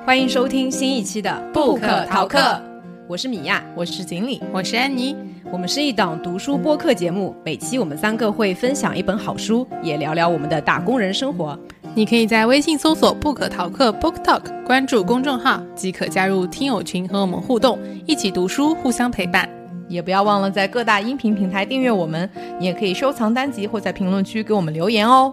欢迎收听新一期的不可逃课，我是米娅， 我是锦鲤，我是安妮。 我们是一档读书播客节目，每期我们三个会分享一本好书，也聊聊我们的打工人生活。 你可以在微信搜索不可逃课 Book Talk， 关注公众号即可加入听友群和我们互动，一起读书，互相陪伴。 也不要忘了在各大音频平台订阅我们，你也可以收藏单集或在评论区给我们留言哦。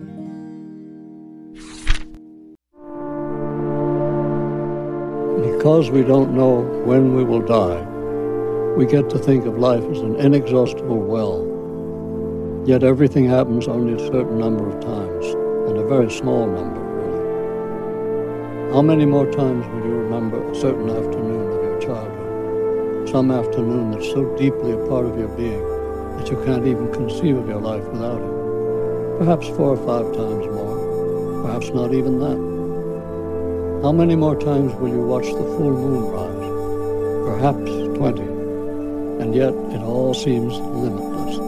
Because we don't know when we will die, we get to think of life as an inexhaustible well. Yet everything happens only a certain number of times, and a very small number, really. How many more times will you remember a certain afternoon of your childhood? Some afternoon that's so deeply a part of your being that you can't even conceive of your life without it. Perhaps 4 or 5 times more, perhaps not even that.How many more times will you watch the full moon rise? Perhaps 20. And yet it all seems limitless.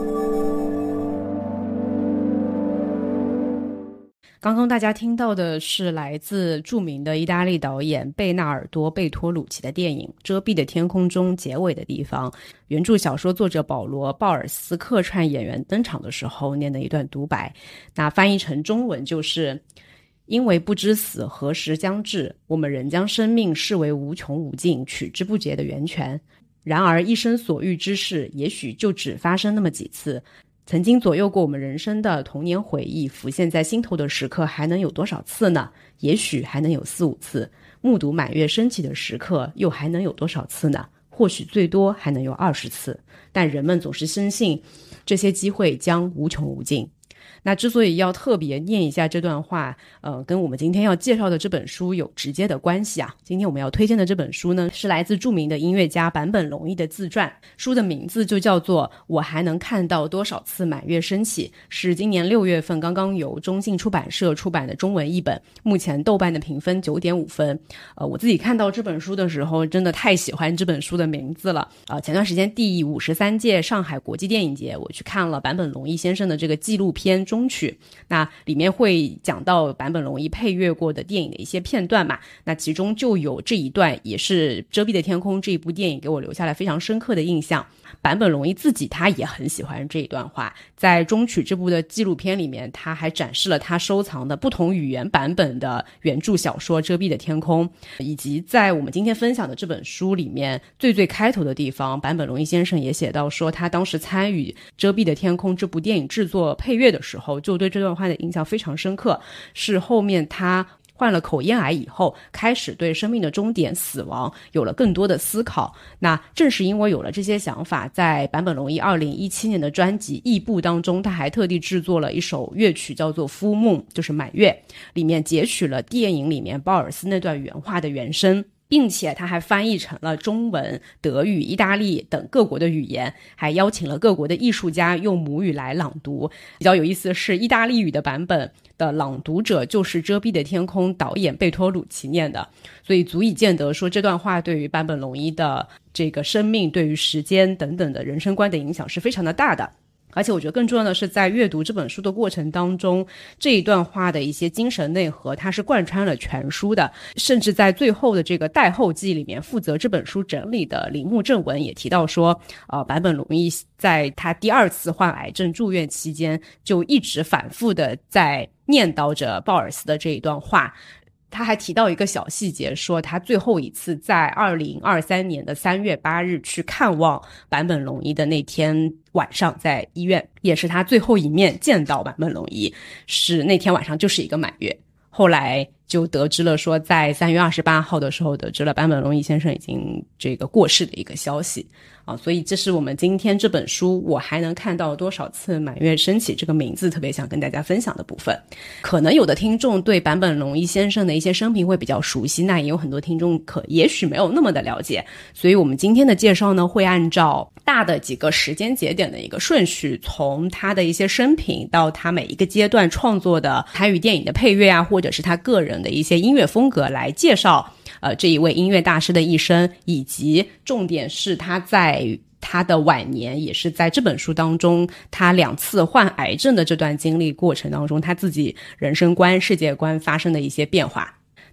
刚刚大家听到的是来自著名的意大利导演贝纳尔多·贝托鲁奇的电影《遮蔽的天空》中结尾的地方，原著小说作者保罗·鲍尔斯客串演员登场的时候念的一段独白，那翻译成中文就是因为不知死何时将至，我们仍将生命视为无穷无尽取之不竭的源泉。然而一生所遇之事也许就只发生那么几次，曾经左右过我们人生的童年回忆浮现在心头的时刻还能有多少次呢？也许还能有4、5次。目睹满月升起的时刻又还能有多少次呢？或许最多还能有20次。但人们总是深信这些机会将无穷无尽。那之所以要特别念一下这段话，跟我们今天要介绍的这本书有直接的关系啊。今天我们要推荐的这本书呢，是来自著名的音乐家坂本龙一的自传，书的名字就叫做《我还能看到多少次满月升起》，是今年6月份刚刚由中信出版社出版的中文译本，目前豆瓣的评分9.5分。我自己看到这本书的时候，真的太喜欢这本书的名字了。前段时间第53届上海国际电影节，我去看了坂本龙一先生的这个纪录片中曲，那里面会讲到坂本龙一配乐过的电影的一些片段嘛，那其中就有这一段，也是《遮蔽的天空》这一部电影给我留下来非常深刻的印象。坂本龙一自己他也很喜欢这一段话，在中曲这部的纪录片里面，他还展示了他收藏的不同语言版本的原著小说《遮蔽的天空》，以及在我们今天分享的这本书里面最开头的地方，坂本龙一先生也写到说，他当时参与《遮蔽的天空》这部电影制作配乐的时候，就对这段话的印象非常深刻，是后面他患了口咽癌以后，开始对生命的终点死亡有了更多的思考。那正是因为有了这些想法，在坂本龙一2017年的专辑《异步》当中，他还特地制作了一首乐曲叫做《Full Moon》，就是满月，里面截取了电影里面鲍尔斯那段原话的原声，并且他还翻译成了中文、德语、意大利等各国的语言，还邀请了各国的艺术家用母语来朗读。比较有意思的是，意大利语的版本的朗读者就是《遮蔽的天空》导演贝托鲁奇念的，所以足以见得说这段话对于坂本龙一的这个生命、对于时间等等的人生观的影响是非常的大的。而且我觉得更重要的是，在阅读这本书的过程当中，这一段话的一些精神内核它是贯穿了全书的，甚至在最后的这个带后记里面，负责这本书整理的铃木正文也提到说，坂本龙一在他第2次患癌症住院期间，就一直反复的在念叨着鲍尔斯的这一段话。他还提到一个小细节，说他最后一次在2023年的3月8日去看望坂本龙一的那天晚上在医院，也是他最后一面见到坂本龙一，是那天晚上就是一个满月。后来就得知了说，在3月28号的时候得知了坂本龙一先生已经这个过世的一个消息啊，所以这是我们今天这本书我还能看到多少次满月升起这个名字特别想跟大家分享的部分。可能有的听众对坂本龙一先生的一些生平会比较熟悉，那也有很多听众也许没有那么的了解，所以我们今天的介绍呢，会按照大的几个时间节点的一个顺序，从他的一些生平到他每一个阶段创作的台语电影的配乐啊，或者是他个人的一些音乐风格来介绍这一位音乐大师的一生，以及重点是他在他的晚年，也是在这本书当中他2次患癌症的这段经历过程当中，他自己人生观、世界观发生的一些变化。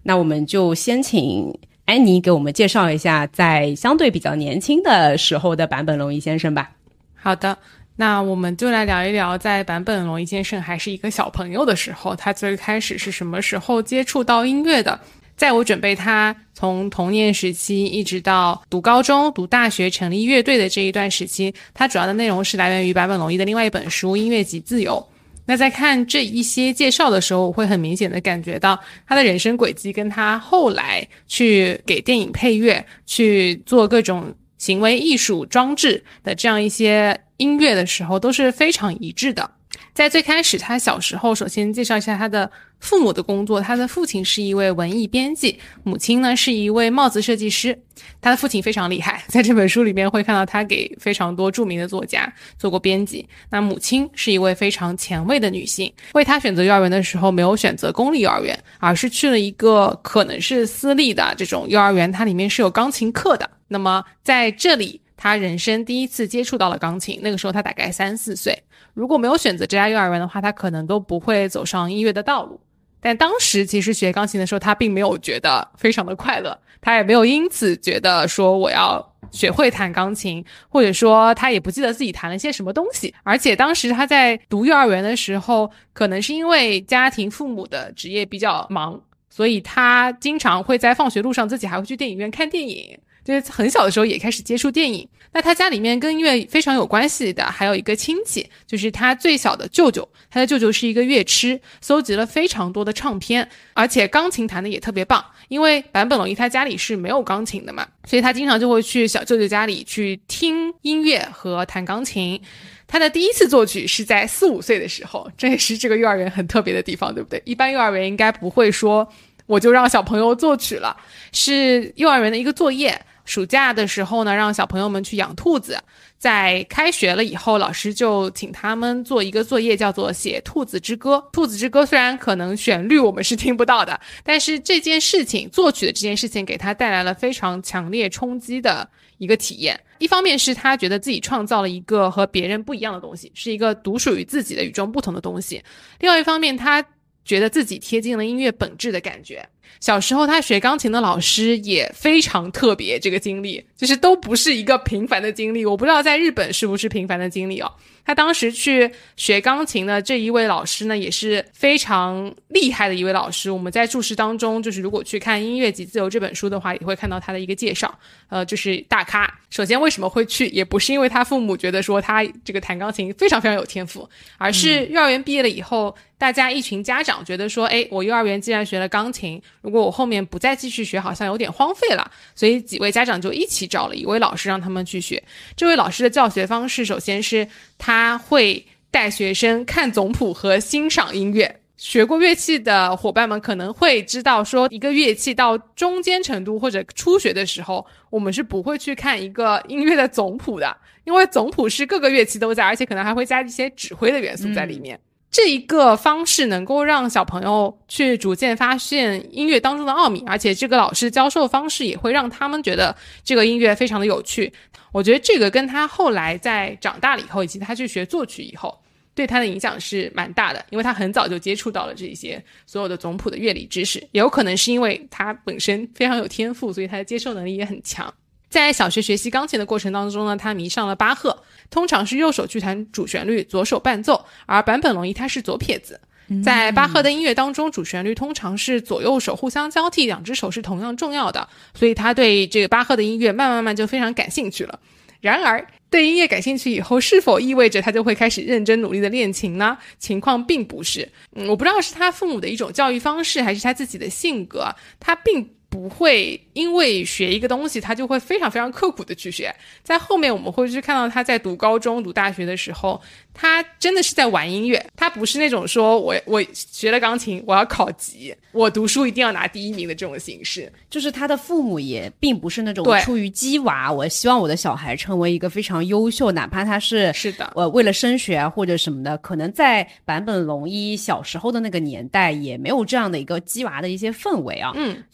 那我们就先请安妮给我们介绍一下在相对比较年轻的时候的坂本龙一先生吧。 好的，那我们就来聊一聊在坂本龙一先生还是一个小朋友的时候，他最开始是什么时候接触到音乐的。在我准备他从童年时期一直到读高中读大学成立乐队的这一段时期，他主要的内容是来源于坂本龙一的另外一本书《音乐即自由》。那在看这一些介绍的时候，我会很明显的感觉到他的人生轨迹跟他后来去给电影配乐，去做各种行为艺术装置的这样一些音乐的时候都是非常一致的。在最开始他小时候，首先介绍一下他的父母的工作。他的父亲是一位文艺编辑，母亲呢是一位帽子设计师。他的父亲非常厉害，在这本书里面会看到他给非常多著名的作家做过编辑。那母亲是一位非常前卫的女性，为他选择幼儿园的时候没有选择公立幼儿园，而是去了一个可能是私立的这种幼儿园，它里面是有钢琴课的。那么在这里他人生第一次接触到了钢琴，那个时候他大概3-4岁。如果没有选择这家幼儿园的话，他可能都不会走上音乐的道路。但当时其实学钢琴的时候，他并没有觉得非常的快乐，他也没有因此觉得说我要学会弹钢琴，或者说他也不记得自己弹了些什么东西。而且当时他在读幼儿园的时候，可能是因为家庭父母的职业比较忙，所以他经常会在放学路上自己还会去电影院看电影，就是很小的时候也开始接触电影。那他家里面跟音乐非常有关系的还有一个亲戚，就是他最小的舅舅。他的舅舅是一个乐痴，搜集了非常多的唱片，而且钢琴弹的也特别棒。因为坂本龙一他家里是没有钢琴的嘛，所以他经常就会去小舅舅家里去听音乐和弹钢琴。他的第一次作曲是在4-5岁的时候，这也是这个幼儿园很特别的地方，对不对？一般幼儿园应该不会说我就让小朋友作曲了，是幼儿园的一个作业。暑假的时候呢，让小朋友们去养兔子，在开学了以后，老师就请他们做一个作业，叫做写兔子之歌。兔子之歌虽然可能旋律我们是听不到的，但是这件事情，作曲的这件事情给他带来了非常强烈冲击的一个体验。一方面是他觉得自己创造了一个和别人不一样的东西，是一个独属于自己的与众不同的东西。另外一方面，他觉得自己贴近了音乐本质的感觉。小时候他学钢琴的老师也非常特别，这个经历就是都不是一个平凡的经历。我不知道在日本是不是平凡的经历哦。他当时去学钢琴的这一位老师呢，也是非常厉害的一位老师。我们在注释当中，就是如果去看《音乐即自由》这本书的话，也会看到他的一个介绍。就是大咖。首先为什么会去，也不是因为他父母觉得说他这个弹钢琴非常非常有天赋，而是幼儿园毕业了以后，大家一群家长觉得说，我幼儿园既然学了钢琴，如果我后面不再继续学，好像有点荒废了，所以几位家长就一起找了一位老师让他们去学。这位老师的教学方式，首先是他会带学生看总谱和欣赏音乐。学过乐器的伙伴们可能会知道说，一个乐器到中间程度或者初学的时候，我们是不会去看一个音乐的总谱的，因为总谱是各个乐器都在，而且可能还会加一些指挥的元素在里面。这一个方式能够让小朋友去逐渐发现音乐当中的奥秘，而且这个老师教授方式也会让他们觉得这个音乐非常的有趣。我觉得这个跟他后来在长大了以后，以及他去学作曲以后，对他的影响是蛮大的，因为他很早就接触到了这些所有的总谱的乐理知识，也有可能是因为他本身非常有天赋，所以他的接受能力也很强。在小学学习钢琴的过程当中呢，他迷上了巴赫，通常是右手去弹主旋律，左手伴奏，而坂本龙一他是左撇子。在巴赫的音乐当中，主旋律通常是左右手互相交替，两只手是同样重要的，所以他对这个巴赫的音乐慢慢就非常感兴趣了。然而对音乐感兴趣以后，是否意味着他就会开始认真努力的练琴呢？情况并不是。我不知道是他父母的一种教育方式，还是他自己的性格，他并不会因为学一个东西他就会非常非常刻苦的去学。在后面我们会去看到他在读高中读大学的时候，他真的是在玩音乐，他不是那种说我学了钢琴我要考级，我读书一定要拿第1名的这种形式。 就是他的父母也并不是那种出于鸡娃，我希望我的小孩成为一个非常优秀，哪怕他是的为了升学或者什么的，可能在坂本龙一小时候的那个年代也没有这样的一个鸡娃的一些氛围啊。所以其实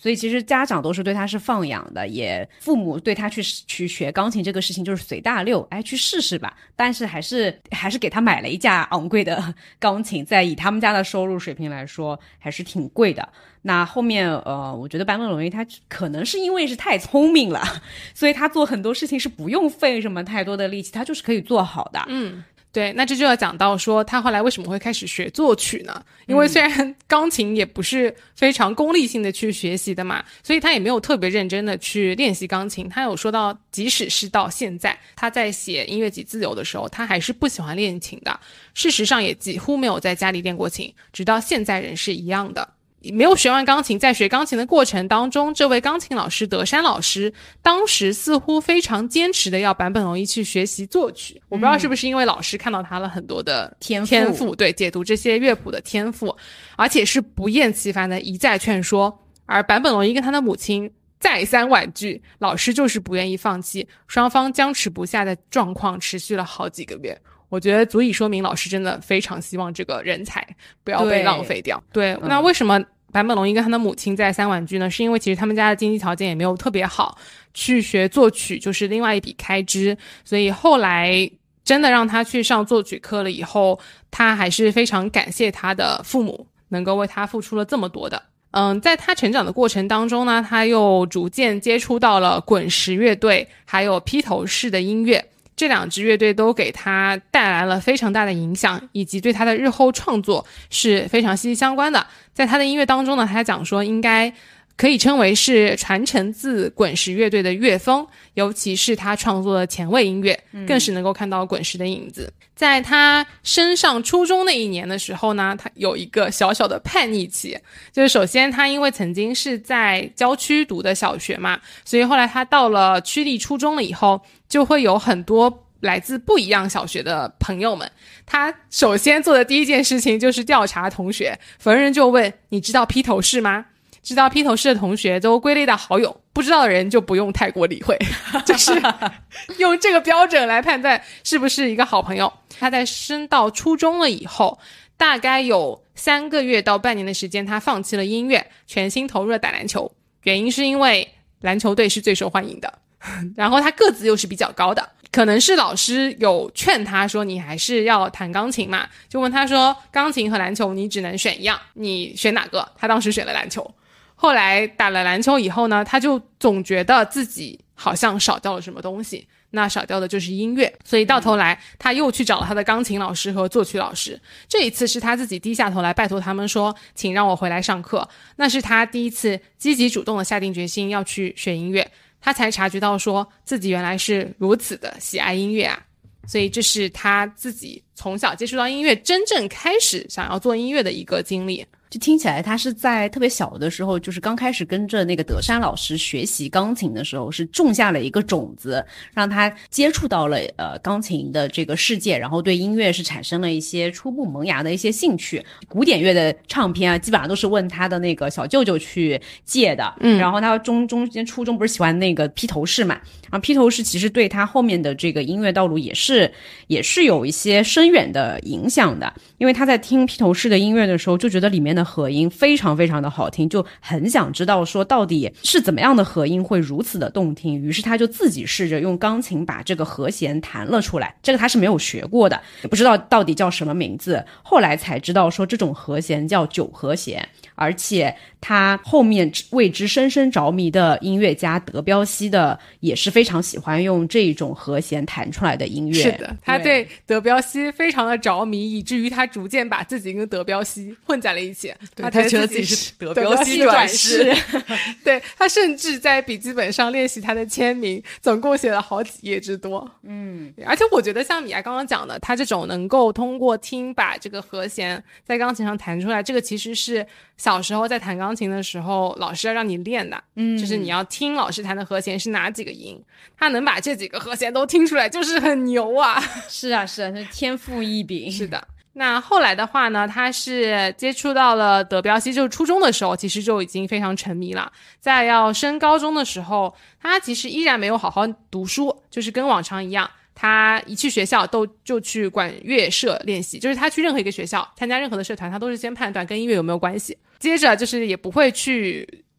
家长都是对他是放养的，也父母对他去学钢琴这个事情就是随大溜，哎，去试试吧。但是还是给他买了一架昂贵的钢琴，在以他们家的收入水平来说还是挺贵的。那后面我觉得坂本龙一他可能是因为是太聪明了，所以他做很多事情是不用费什么太多的力气，他就是可以做好的。 对，那这就要讲到说他后来为什么会开始学作曲呢？因为虽然钢琴也不是非常功利性的去学习的嘛，所以他也没有特别认真的去练习钢琴。他有说到即使是到现在他在写音乐及自由的时候，他还是不喜欢练琴的，事实上也几乎没有在家里练过琴，直到现在仍是一样的。没有学完钢琴，在学钢琴的过程当中，这位钢琴老师德山老师当时似乎非常坚持的要坂本龙一去学习作曲。我不知道是不是因为老师看到他了很多的天赋，对，解读这些乐谱的天赋，而且是不厌其烦的一再劝说。而坂本龙一跟他的母亲再三婉拒，老师就是不愿意放弃，双方僵持不下的状况持续了好几个月。我觉得足以说明老师真的非常希望这个人才不要被浪费掉。对，那为什么坂本龙一跟他的母亲再三婉拒呢？是因为其实他们家的经济条件也没有特别好，去学作曲就是另外一笔开支，所以后来真的让他去上作曲课了以后，他还是非常感谢他的父母能够为他付出了这么多的。在他成长的过程当中呢，他又逐渐接触到了滚石乐队还有披头士的音乐，这两支乐队都给他带来了非常大的影响，以及对他的日后创作是非常息息相关的。在他的音乐当中呢，他讲说应该可以称为是传承自滚石乐队的乐风，尤其是他创作的前卫音乐，更是能够看到滚石的影子。在他升上初中那一年的时候呢，他有一个小小的叛逆期，就是首先他因为曾经是在郊区读的小学嘛，所以后来他到了区立初中了以后，就会有很多来自不一样小学的朋友们。他首先做的第一件事情就是调查同学，逢人就问你知道披头士吗？知道披头士的同学都归类到好友，不知道的人就不用太过理会，就是用这个标准来判断是不是一个好朋友。他在升到初中了以后，大概有3个月到半年的时间，他放弃了音乐，全心投入了打篮球。原因是因为篮球队是最受欢迎的，然后他个子又是比较高的，可能是老师有劝他说你还是要弹钢琴嘛，就问他说钢琴和篮球你只能选一样，你选哪个？他当时选了篮球。后来打了篮球以后呢，他就总觉得自己好像少掉了什么东西，那少掉的就是音乐，所以到头来他又去找了他的钢琴老师和作曲老师。这一次是他自己低下头来拜托他们说请让我回来上课，那是他第一次积极主动的下定决心要去学音乐，他才察觉到说自己原来是如此的喜爱音乐啊。所以这是他自己从小接触到音乐，真正开始想要做音乐的一个经历。 就听起来他是在特别小的时候，就是刚开始跟着那个德山老师学习钢琴的时候，是种下了一个种子，让他接触到了钢琴的这个世界，然后对音乐是产生了一些初步萌芽的一些兴趣。古典乐的唱片啊，基本上都是问他的那个小舅舅去借的。然后他中间初中不是喜欢那个披头士嘛，然后披头士其实对他后面的这个音乐道路也是有一些深远的影响的。因为他在听披头士的音乐的时候，就觉得里面的和音非常非常的好听，就很想知道说到底是怎么样的和音会如此的动听，于是他就自己试着用钢琴把这个和弦弹了出来。这个他是没有学过的，也不知道到底叫什么名字，后来才知道说这种和弦叫9和弦。而且他后面为之深深着迷的音乐家德彪西的也是非常喜欢用这种和弦弹出来的音乐。 是的，他对德彪西非常的着迷，以至于他逐渐把自己跟德彪西混在了一起，他觉得自己是德彪西转世对，他甚至在笔记本上练习他的签名，总共写了好几页之多。而且我觉得像米娅刚刚讲的，他这种能够通过听把这个和弦在钢琴上弹出来，这个其实是小时候在弹钢琴的时候老师要让你练的。就是你要听老师弹的和弦是哪几个音，他能把这几个和弦都听出来，就是很牛啊。 是啊是啊，是天赋异禀。 是的。那后来的话呢，他是接触到了德彪西，就是初中的时候其实就已经非常沉迷了。在要升高中的时候，他其实依然没有好好读书，就是跟往常一样，他一去学校就去管乐社练习，就是他去任何一个学校参加任何的社团，他都是先判断跟音乐有没有关系，接着就是也不会去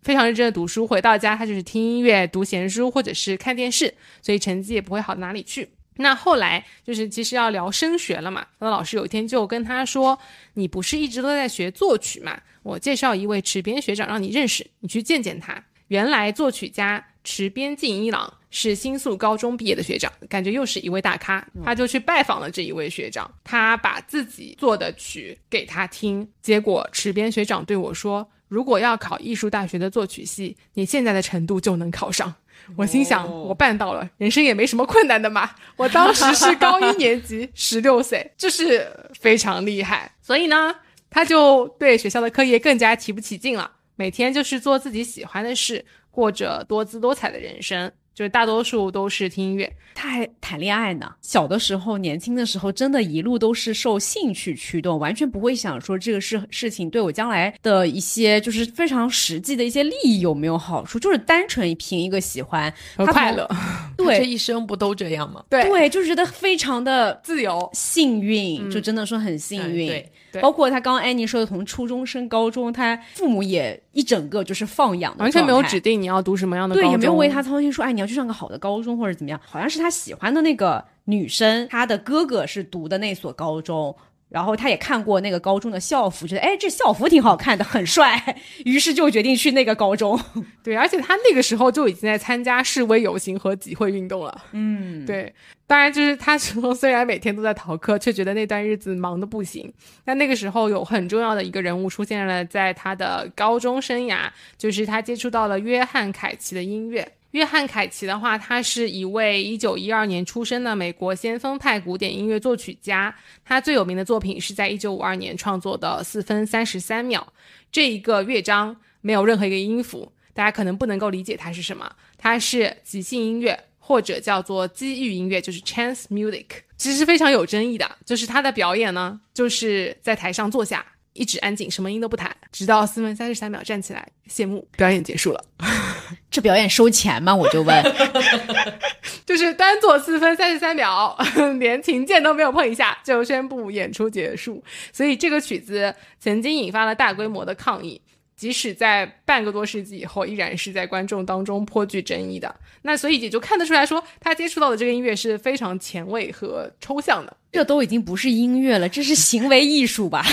非常认真的读书，回到家他就是听音乐、读闲书或者是看电视，所以成绩也不会好到哪里去。那后来就是其实要聊升学了嘛，那老师有一天就跟他说，你不是一直都在学作曲嘛，我介绍一位池边学长让你认识，你去见见他。原来作曲家池边敬一郎是新宿高中毕业的学长，感觉又是一位大咖，他就去拜访了这一位学长，他把自己做的曲给他听，结果池边学长对我说，如果要考艺术大学的作曲系，你现在的程度就能考上。我心想，我办到了，人生也没什么困难的嘛。我当时是高1年级16岁，这是非常厉害。所以呢，他就对学校的课业更加提不起劲了，每天就是做自己喜欢的事，过着多姿多彩的人生，就是大多数都是听音乐。 他还谈恋爱呢，小的时候年轻的时候真的一路都是受兴趣驱动，完全不会想说这个事情对我将来的一些就是非常实际的一些利益有没有好处，就是单纯凭一个喜欢和快乐。 对， 这一生不都这样吗？ 对，就觉得非常的自由幸运，就真的说很幸运。 对， 包括他刚刚安妮说的从初中升高中，他父母也一整个就是放养的， 完全没有指定你要读什么样的高中， 对，也没有为他操心说，哎，你要去上个好的高中或者怎么样。好像是他喜欢的那个女生，他的哥哥是读的那所高中，然后他也看过那个高中的校服，觉得哎，这校服挺好看的，很帅，于是就决定去那个高中。 对，而且他那个时候就已经在参加示威游行和集会运动了。对，当然就是他说虽然每天都在逃课，却觉得那段日子忙得不行。但那个时候有很重要的一个人物出现了在他的高中生涯，就是他接触到了约翰凯奇的音乐。约翰凯奇的话，他是一位1912年出生的美国先锋派古典音乐作曲家，他最有名的作品是在1952年创作的4分33秒，这一个乐章没有任何一个音符，大家可能不能够理解它是什么，它是即兴音乐或者叫做机遇音乐，就是 chance music， 其实非常有争议的。就是他的表演呢，就是在台上坐下一直安静，什么音都不弹，直到4分33秒站起来谢幕，表演结束了。 这表演收钱吗？我就问。 就是单坐4分33秒，连琴键都没有碰一下就宣布演出结束。所以这个曲子曾经引发了大规模的抗议，即使在半个多世纪以后，依然是在观众当中颇具争议的。那所以也就看得出来说，他接触到的这个音乐是非常前卫和抽象的。 这都已经不是音乐了，这是行为艺术吧。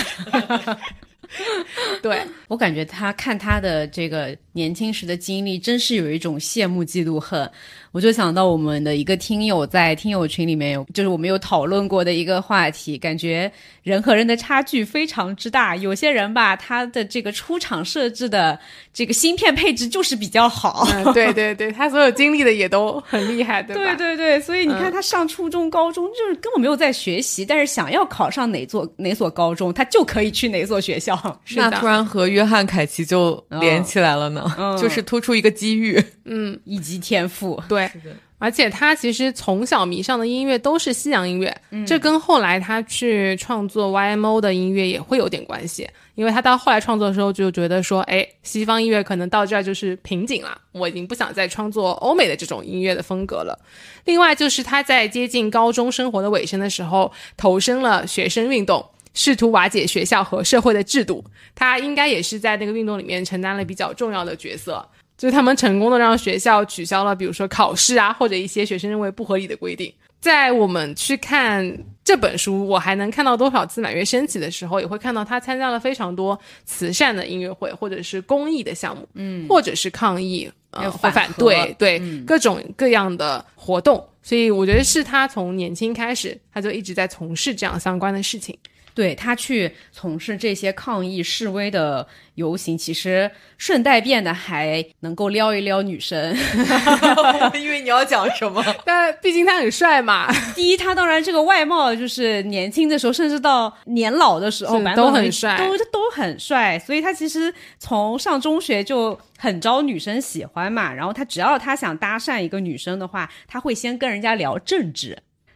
对， 我感觉他看他的这个年轻时的经历，真是有一种羡慕嫉妒恨。我就想到我们的一个听友在听友群里面就是我们有讨论过的一个话题，感觉人和人的差距非常之大。有些人吧，他的这个出厂设置的这个芯片配置就是比较好。 对对对，他所有经历的也都很厉害，对吧？ 对对对，所以你看他上初中高中就是根本没有在学习，但是想要考上哪所高中，他就可以去哪所学校。 那突然和约翰凯奇就连起来了呢，就是突出一个机遇， 以及天赋。 对，而且他其实从小迷上的音乐都是西洋音乐，这跟后来他去创作 YMO 的音乐也会有点关系。因为他到后来创作的时候就觉得说，哎，西方音乐可能到这儿就是瓶颈了，我已经不想再创作欧美的这种音乐的风格了。另外就是他在接近高中生活的尾声的时候，投身了学生运动，试图瓦解学校和社会的制度。他应该也是在那个运动里面承担了比较重要的角色，就是他们成功的让学校取消了比如说考试啊，或者一些学生认为不合理的规定。在我们去看这本书我还能看到多少次满月升起的时候，也会看到他参加了非常多慈善的音乐会或者是公益的项目，或者是抗议或反对，对，各种各样的活动。所以我觉得是他从年轻开始他就一直在从事这样相关的事情。 对，他去从事这些抗议示威的游行，其实顺带便的还能够撩一撩女生。 因为你要讲什么？ 但毕竟他很帅嘛。 第一，他当然这个外貌就是年轻的时候，甚至到年老的时候， 都很帅， 都很帅。所以他其实从上中学就很招女生喜欢嘛。然后他只要他想搭讪一个女生的话，他会先跟人家聊政治。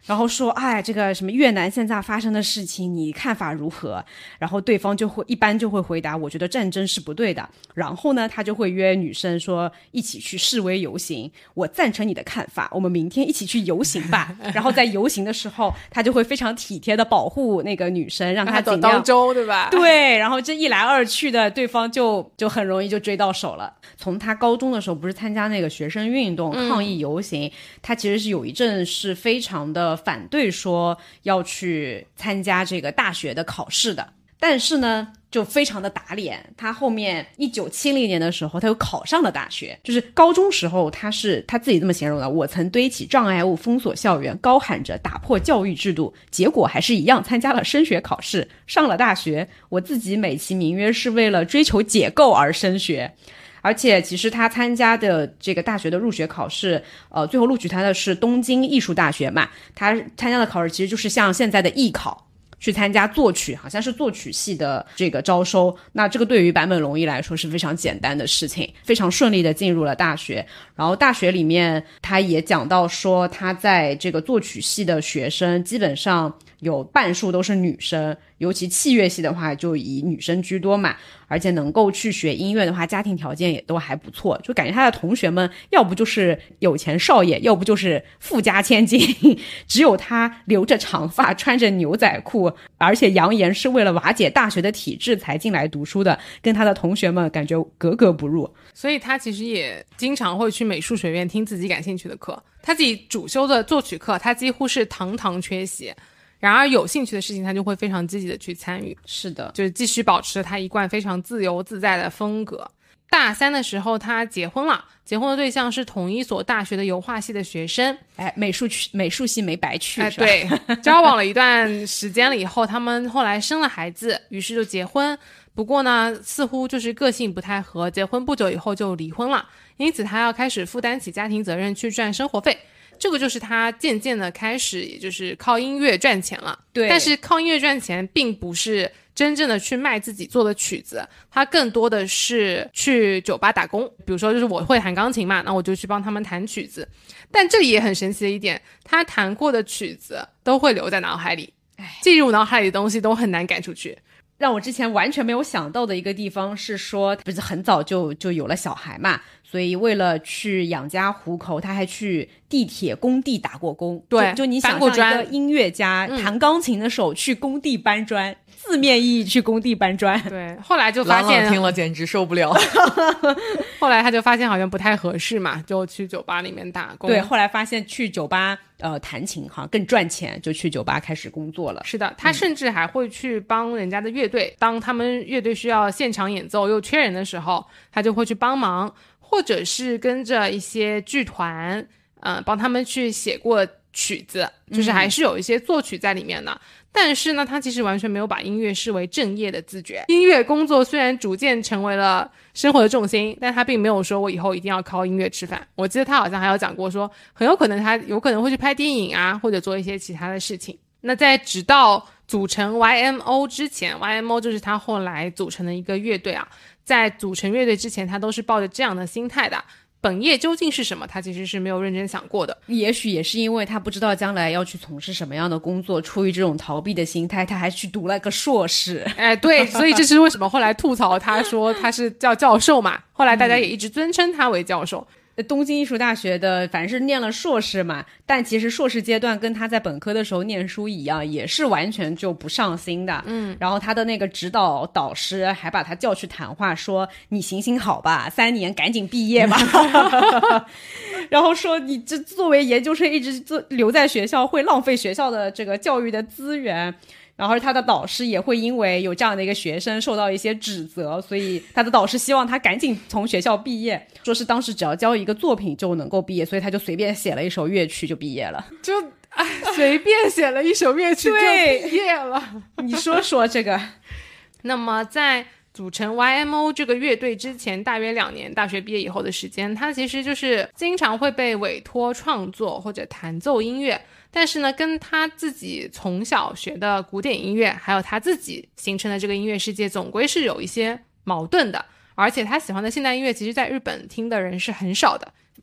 然后说哎，这个什么越南现在发生的事情你看法如何，然后对方一般就会回答我觉得战争是不对的，然后呢他就会约女生说一起去示威游行，我赞成你的看法，我们明天一起去游行吧然后在游行的时候他就会非常体贴的保护那个女生，让她尽量当中，对吧？ 对，然后这一来二去的对方就很容易就追到手了。从他高中的时候不是参加那个学生运动抗议游行，他其实是有一阵是非常的反对说要去参加这个大学的考试的，但是呢就非常的打脸，他后面1970年的时候他又考上了大学。就是高中时候他自己这么形容的，我曾堆起障碍物封锁校园，高喊着打破教育制度，结果还是一样参加了升学考试，上了大学，我自己美其名曰是为了追求解构而升学。而且其实他参加的这个大学的入学考试最后录取他的是东京艺术大学嘛，他参加的考试其实就是像现在的艺考，去参加作曲，好像是作曲系的这个招收。那这个对于坂本龙一来说是非常简单的事情，非常顺利的进入了大学。然后大学里面他也讲到说，他在这个作曲系的学生基本上有半数都是女生，尤其器乐系的话就以女生居多嘛，而且能够去学音乐的话家庭条件也都还不错，就感觉他的同学们要不就是有钱少爷，要不就是富家千金只有他留着长发穿着牛仔裤，而且扬言是为了瓦解大学的体制才进来读书的，跟他的同学们感觉格格不入。 所以他其实也经常会去美术学院听自己感兴趣的课，他自己主修的作曲课他几乎是堂堂缺席，然而有兴趣的事情他就会非常积极的去参与。 是的， 就是继续保持他一贯非常自由自在的风格。大3的时候他结婚了，结婚的对象是同一所大学的油画系的学生。 哎，美术系没白去， 哎，对，交往了一段时间了以后，他们后来生了孩子，于是就结婚。不过呢，似乎就是个性不太合，结婚不久以后就离婚了，因此他要开始负担起家庭责任去赚生活费。这个就是他渐渐的开始，也就是靠音乐赚钱了。 对， 但是靠音乐赚钱并不是真正的去卖自己做的曲子，他更多的是去酒吧打工。比如说就是我会弹钢琴嘛，那我就去帮他们弹曲子。但这里也很神奇的一点，他弹过的曲子都会留在脑海里，进入脑海里的东西都很难赶出去。 让我之前完全没有想到的一个地方是说，不是很早就有了小孩嘛，所以为了去养家糊口，他还去地铁工地打过工。 对， 就你想象一个音乐家弹钢琴的手去工地搬砖，字面意义去工地搬砖。 对，后来就发现朗朗听了简直受不了后来他就发现好像不太合适嘛，就去酒吧里面打工。 对，后来发现去酒吧弹琴好像更赚钱，就去酒吧开始工作了。 是的，他甚至还会去帮人家的乐队，当他们乐队需要现场演奏又缺人的时候，他就会去帮忙，或者是跟着一些剧团帮他们去写过曲子，就是还是有一些作曲在里面的。但是呢，他其实完全没有把音乐视为正业的自觉。音乐工作虽然逐渐成为了生活的重心，但他并没有说我以后一定要靠音乐吃饭。我记得他好像还有讲过说，很有可能他有可能会去拍电影啊，或者做一些其他的事情。那在直到组成 YMO 之前， YMO 就是他后来组成的一个乐队啊，在组成乐队之前他都是抱着这样的心态的，本业究竟是什么他其实是没有认真想过的。 也许也是因为他不知道将来要去从事什么样的工作，出于这种逃避的心态，他还去读了个硕士。 哎，对，所以这是为什么后来吐槽他说他是叫教授嘛，后来大家也一直尊称他为教授。 东京艺术大学的反正是念了硕士嘛，但其实硕士阶段跟他在本科的时候念书一样，也是完全就不上心的。然后他的那个指导导师还把他叫去谈话，说你行行好吧，3年赶紧毕业吧然后说你这作为研究生一直留在学校会浪费学校的这个教育的资源。然后他的导师也会因为有这样的一个学生受到一些指责，所以他的导师希望他赶紧从学校毕业，说是当时只要交一个作品就能够毕业，所以他就随便写了一首乐曲就毕业了。 就随便写了一首乐曲就毕业了你说说这个。 那么在组成 YMO 这个乐队之前大约2年，大学毕业以后的时间，他其实就是经常会被委托创作或者弹奏音乐，但是呢跟他自己从小学的古典音乐还有他自己形成的这个音乐世界总归是有一些矛盾的。而且他喜欢的现代音乐其实在日本听的人是很少的，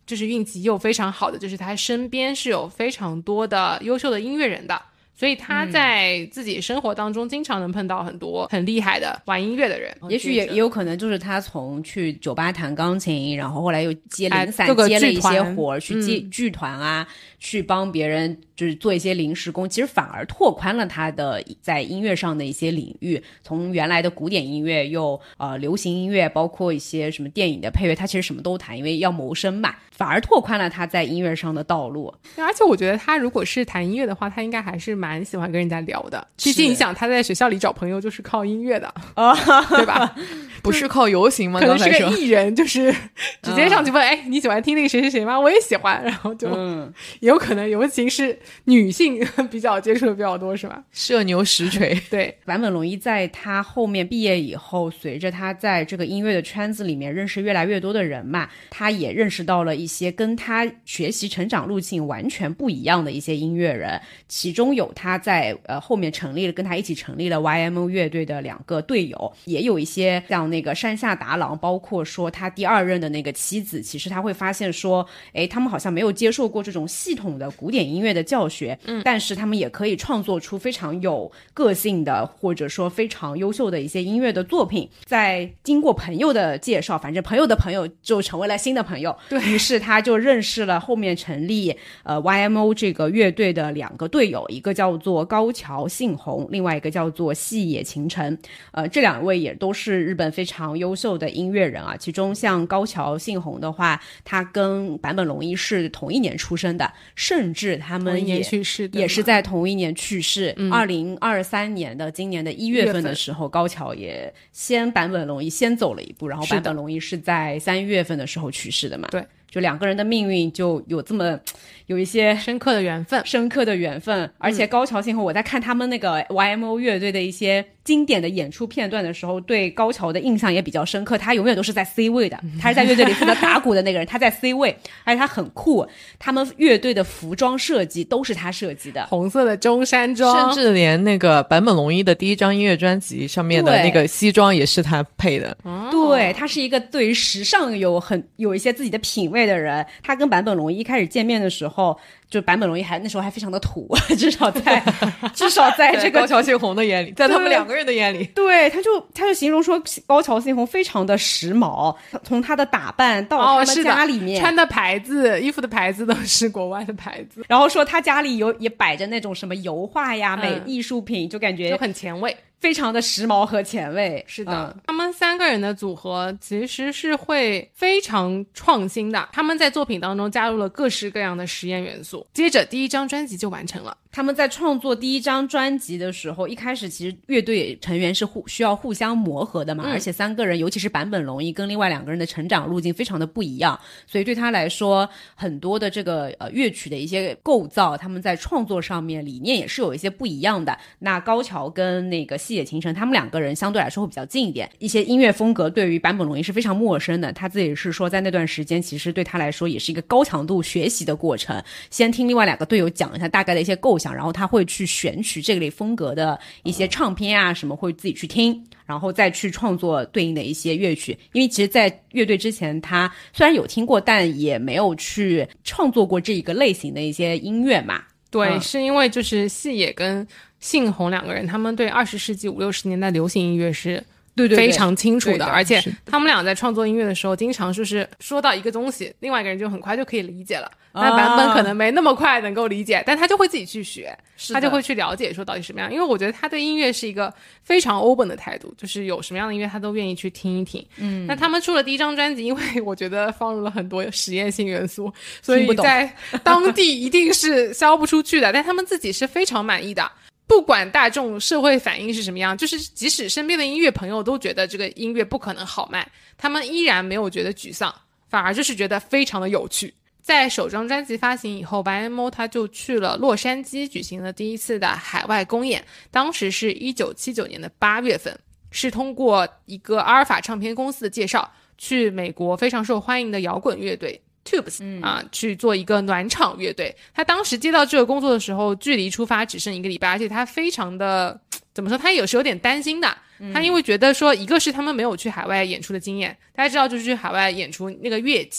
就是运气又非常好的，就是他身边是有非常多的优秀的音乐人的，所以他在自己生活当中经常能碰到很多很厉害的玩音乐的人。 也许也有可能就是他从去酒吧弹钢琴，然后后来又接零散接了一些活去接剧团啊，去帮别人就是做一些临时工，其实反而拓宽了他的在音乐上的一些领域，从原来的古典音乐又流行音乐，包括一些什么电影的配乐，他其实什么都弹，因为要谋生嘛，反而拓宽了他在音乐上的道路。 而且我觉得他如果是弹音乐的话，他应该还是蛮喜欢跟人家聊的，毕竟你想他在学校里找朋友就是靠音乐的对吧？ 不是靠游行吗？ 可能是个艺人，就是直接上去问哎，你喜欢听那个谁谁谁吗？我也喜欢，然后就也有可能尤其是女性比较接触的比较多，是吧？ 社牛实锤对， 坂本龙一在他后面毕业以后，随着他在这个音乐的圈子里面认识越来越多的人嘛，他也认识到了一些跟他学习成长路径完全不一样的一些音乐人，其中有他在后面跟他一起成立了 YMO 乐队的2个队友，也有一些像那个山下达郎，包括说他第2任的那个妻子，其实他会发现说他们好像没有接受过这种系统的古典音乐的教学，但是他们也可以创作出非常有个性的或者说非常优秀的一些音乐的作品。在经过朋友的介绍，反正朋友的朋友就成为了新的朋友，对，于是他就认识了后面成立YMO 这个乐队的2个队友，一个叫做高桥幸宏，另外一个叫做细野晴臣。这2位也都是日本非常优秀的音乐人啊。其中像高桥幸宏的话，他跟坂本龙一是同一年出生的，甚至他们也是在同一年去世。2023年的今年的1月份的时候，高桥也坂本龙一先走了一步，然后坂本龙一是在3月份的时候去世的嘛。 对， 就2个人的命运就有一些深刻的缘分。而且高桥幸宏，我在看他们那个 YMO 乐队的一些经典的演出片段的时候，对高桥的印象也比较深刻。他永远都是在 C 位的，他是在乐队里负责打鼓的那个人，他在 C 位，而且他很酷。他们乐队的服装设计都是他设计的， 红色的中山装， 甚至连那个坂本龙一的第1张音乐专辑上面的那个西装也是他配的。 对，他是一个对于时尚有一些自己的品味的人。他跟坂本龙一开始见面的时候，就坂本龙一那时候还非常的土，至少在这个高桥幸宏的眼里，在他们2个人的眼里， 对，他就形容说高桥幸宏非常的时髦，从他的打扮到他们家里面穿的牌子，衣服的牌子都是国外的牌子， 然后说他家里也摆着那种什么油画呀、艺术品，就感觉就很前卫， 非常的时髦和前卫。 是的，他们3个人的组合其实是会非常创新的，他们在作品当中加入了各式各样的实验元素，接着第1张专辑就完成了。 他们在创作第1张专辑的时候，一开始其实乐队成员是需要互相磨合的嘛，而且3个人尤其是坂本龙一跟另外2个人的成长路径非常的不一样，所以对他来说很多的这个乐曲的一些构造，他们在创作上面理念也是有一些不一样的。那高桥跟那个细野晴臣他们2个人相对来说会比较近一点，一些音乐风格对于坂本龙一是非常陌生的，他自己是说在那段时间其实对他来说也是一个高强度学习的过程，先听另外2个队友讲一下大概的一些构想，然后他会去选取这类风格的一些唱片啊什么，会自己去听，然后再去创作对应的一些乐曲。因为其实在乐队之前他虽然有听过，但也没有去创作过这一个类型的一些音乐嘛。 对，是因为就是细野跟幸宏2个人他们对20世纪50、60年代流行音乐是非常清楚的，而且他们俩在创作音乐的时候经常就是说到一个东西，另外一个人就很快就可以理解了，那版本可能没那么快能够理解，但他就会自己去学，他就会去了解说到底什么样。因为我觉得他对音乐是一个非常 open 的态度，就是有什么样的音乐他都愿意去听一听。那他们出了第1张专辑，因为我觉得放入了很多实验性元素，所以在当地一定是销不出去的，但他们自己是非常满意的。不管大众社会反应是什么样，就是即使身边的音乐朋友都觉得这个音乐不可能好卖，他们依然没有觉得沮丧，反而就是觉得非常的有趣。在首张专辑发行以后， YMO 他就去了洛杉矶举行了第1次的海外公演，当时是1979年的8月份，是通过一个阿尔法唱片公司的介绍，去美国非常受欢迎的摇滚乐队Tubes 去做一个暖场乐队。他当时接到这个工作的时候，距离出发只剩1个礼拜，而且他非常的怎么说，他也是有点担心的。他因为觉得说，一个是他们没有去海外演出的经验，大家知道就是去海外演出那个乐器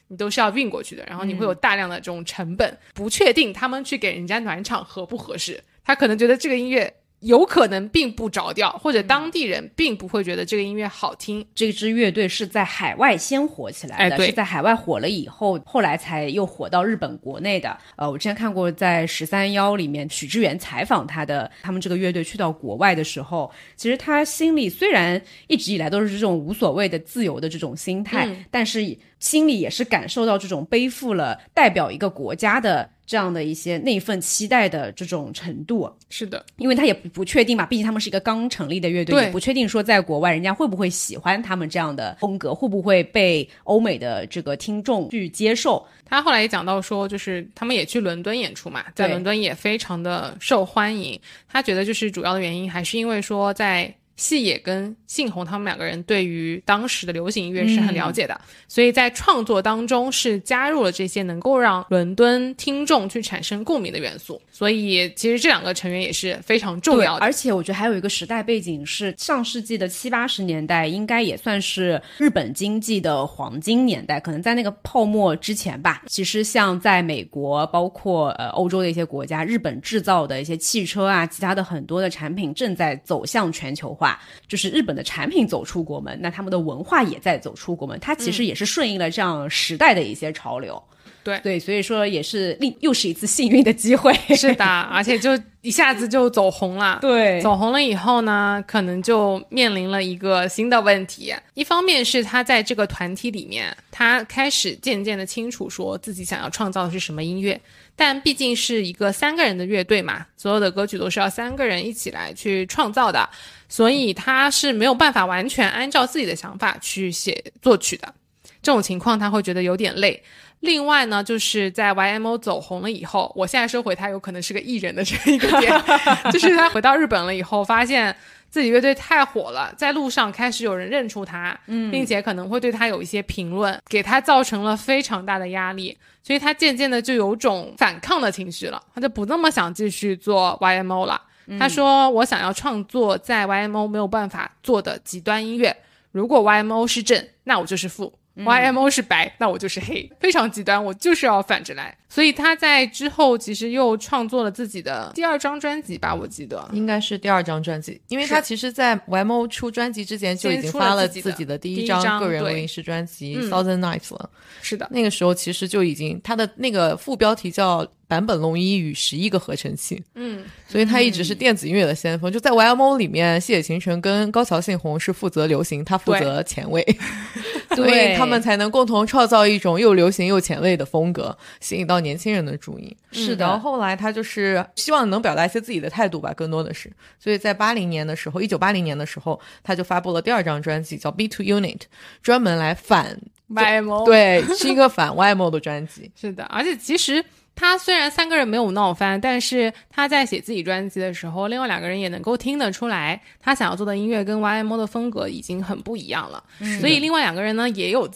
你都是要运过去的，然后你会有大量的这种成本，不确定他们去给人家暖场合不合适，他可能觉得这个音乐有可能并不着调，或者当地人并不会觉得这个音乐好听。 这支乐队是在海外先火起来的， 对， 是在海外火了以后，后来才又火到日本国内的。我之前看过在13-1里面许知远采访他们这个乐队去到国外的时候，其实他心里虽然一直以来都是这种无所谓的自由的这种心态，但是心里也是感受到这种背负了代表一个国家的这样的一些那份期待的这种程度。 是的， 因为他也不确定嘛，毕竟他们是一个刚成立的乐队，也不确定说在国外人家会不会喜欢他们这样的风格，会不会被欧美的这个听众去接受。 他后来也讲到说，就是他们也去伦敦演出嘛，在伦敦也非常的受欢迎。他觉得就是主要的原因还是因为说在细野跟信宏他们两个人对于当时的流行音乐是很了解的，所以在创作当中是加入了这些能够让伦敦听众去产生共鸣的元素，所以其实这两个成员也是非常重要的。 而且我觉得还有一个时代背景是上世纪的70-80年代，应该也算是日本经济的黄金年代，可能在那个泡沫之前吧。其实像在美国包括欧洲的一些国家，日本制造的一些汽车啊，其他的很多的产品正在走向全球化，就是日本的产品走出国门，那他们的文化也在走出国门，它其实也是顺应了这样时代的一些潮流。对，所以说也是又是一次幸运的机会。 是的，而且就一下子就走红了。 对， 走红了以后呢，可能就面临了一个新的问题。一方面是他在这个团体里面，他开始渐渐的清楚说自己想要创造的是什么音乐，但毕竟是一个3个人的乐队嘛，所有的歌曲都是要3个人一起来去创造的，所以他是没有办法完全按照自己的想法去写作曲的。这种情况他会觉得有点累。另外呢，就是在 YMO 走红了以后，我现在收回他有可能是个艺人的这一个点就是他回到日本了以后，发现自己乐队太火了，在路上开始有人认出他，并且可能会对他有一些评论，给他造成了非常大的压力，所以他渐渐的就有种反抗的情绪了，他就不那么想继续做 YMO 了。他说我想要创作在 YMO 没有办法做的极端音乐，如果 YMO 是正，那我就是负，YMO 是白，那我就是黑，非常极端，我就是要反着来。所以他在之后其实又创作了自己的第2张专辑吧，我记得应该是第2张专辑，因为他其实在 YMO 出专辑之前就已经发了自己的第一张个人录音室专辑 Thousand Nights 了。 是的， 那个时候其实就已经，他的那个副标题叫坂本龙一与11个合成器，所以他一直是电子音乐的先锋。就在 YMO 里面，细野晴臣跟高桥幸宏是负责流行，他负责前卫所以他们才能共同创造一种又流行又前卫的风格，吸引到年轻人的注意。 是的， 然后后来他就是希望能表达一些自己的态度吧，更多的是，所以在1980年的时候他就发布了第2张专辑叫 B2 Unit， 专门来反 YMO， 对，是一个反 YMO 的专辑。 是的，而且其实他虽然3个人没有闹翻，但是他在写自己专辑的时候，另外2个人也能够听得出来，他想要做的音乐跟 YMO 的风格已经很不一样了。所以另外2个人呢，也有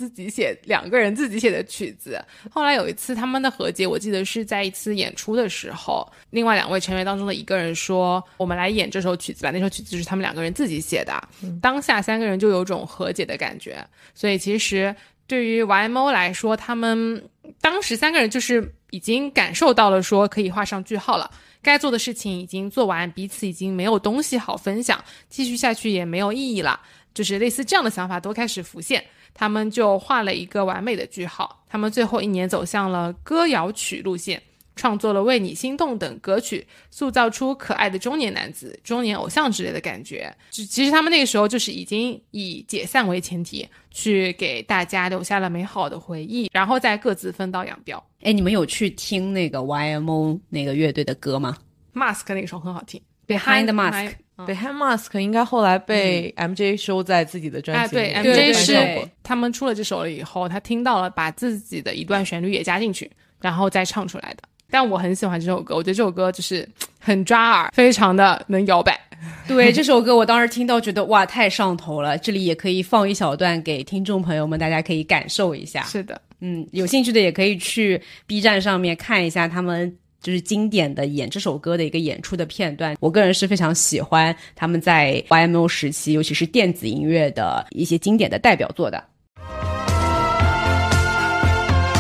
2个人自己写的曲子。后来有一次他们的和解，我记得是在一次演出的时候，另外2位成员当中的一个人说，我们来演这首曲子吧，那首曲子就是他们2个人自己写的。当下3个人就有种和解的感觉。所以其实对于 YMO 来说，他们当时3个人就是已经感受到了说可以画上句号了，该做的事情已经做完，彼此已经没有东西好分享，继续下去也没有意义了，就是类似这样的想法都开始浮现，他们就画了一个完美的句号。他们最后1年走向了歌谣曲路线，创作了《为你心动》等歌曲，塑造出可爱的中年男子、中年偶像之类的感觉。其实他们那个时候就是已经以解散为前提，去给大家留下了美好的回忆，然后再各自分道扬镳。 你们有去听那个 YMO 那个乐队的歌吗？ Mask 那个时候很好听， Behind the Mask。Behind Mask 应该后来被 MJ 收在自己的专辑里。 对， MJ 是他们出了这首了以后，他听到了，把自己的一段旋律也加进去，然后再唱出来的。但我很喜欢这首歌，我觉得这首歌就是很抓耳，非常的能摇摆。 对，这首歌我当时听到觉得哇太上头了，这里也可以放一小段给听众朋友们，大家可以感受一下。 是的， 有兴趣的也可以去 B 站上面看一下他们就是经典的演这首歌的一个演出的片段。我个人是非常喜欢他们在 YMO 时期尤其是电子音乐的一些经典的代表作的。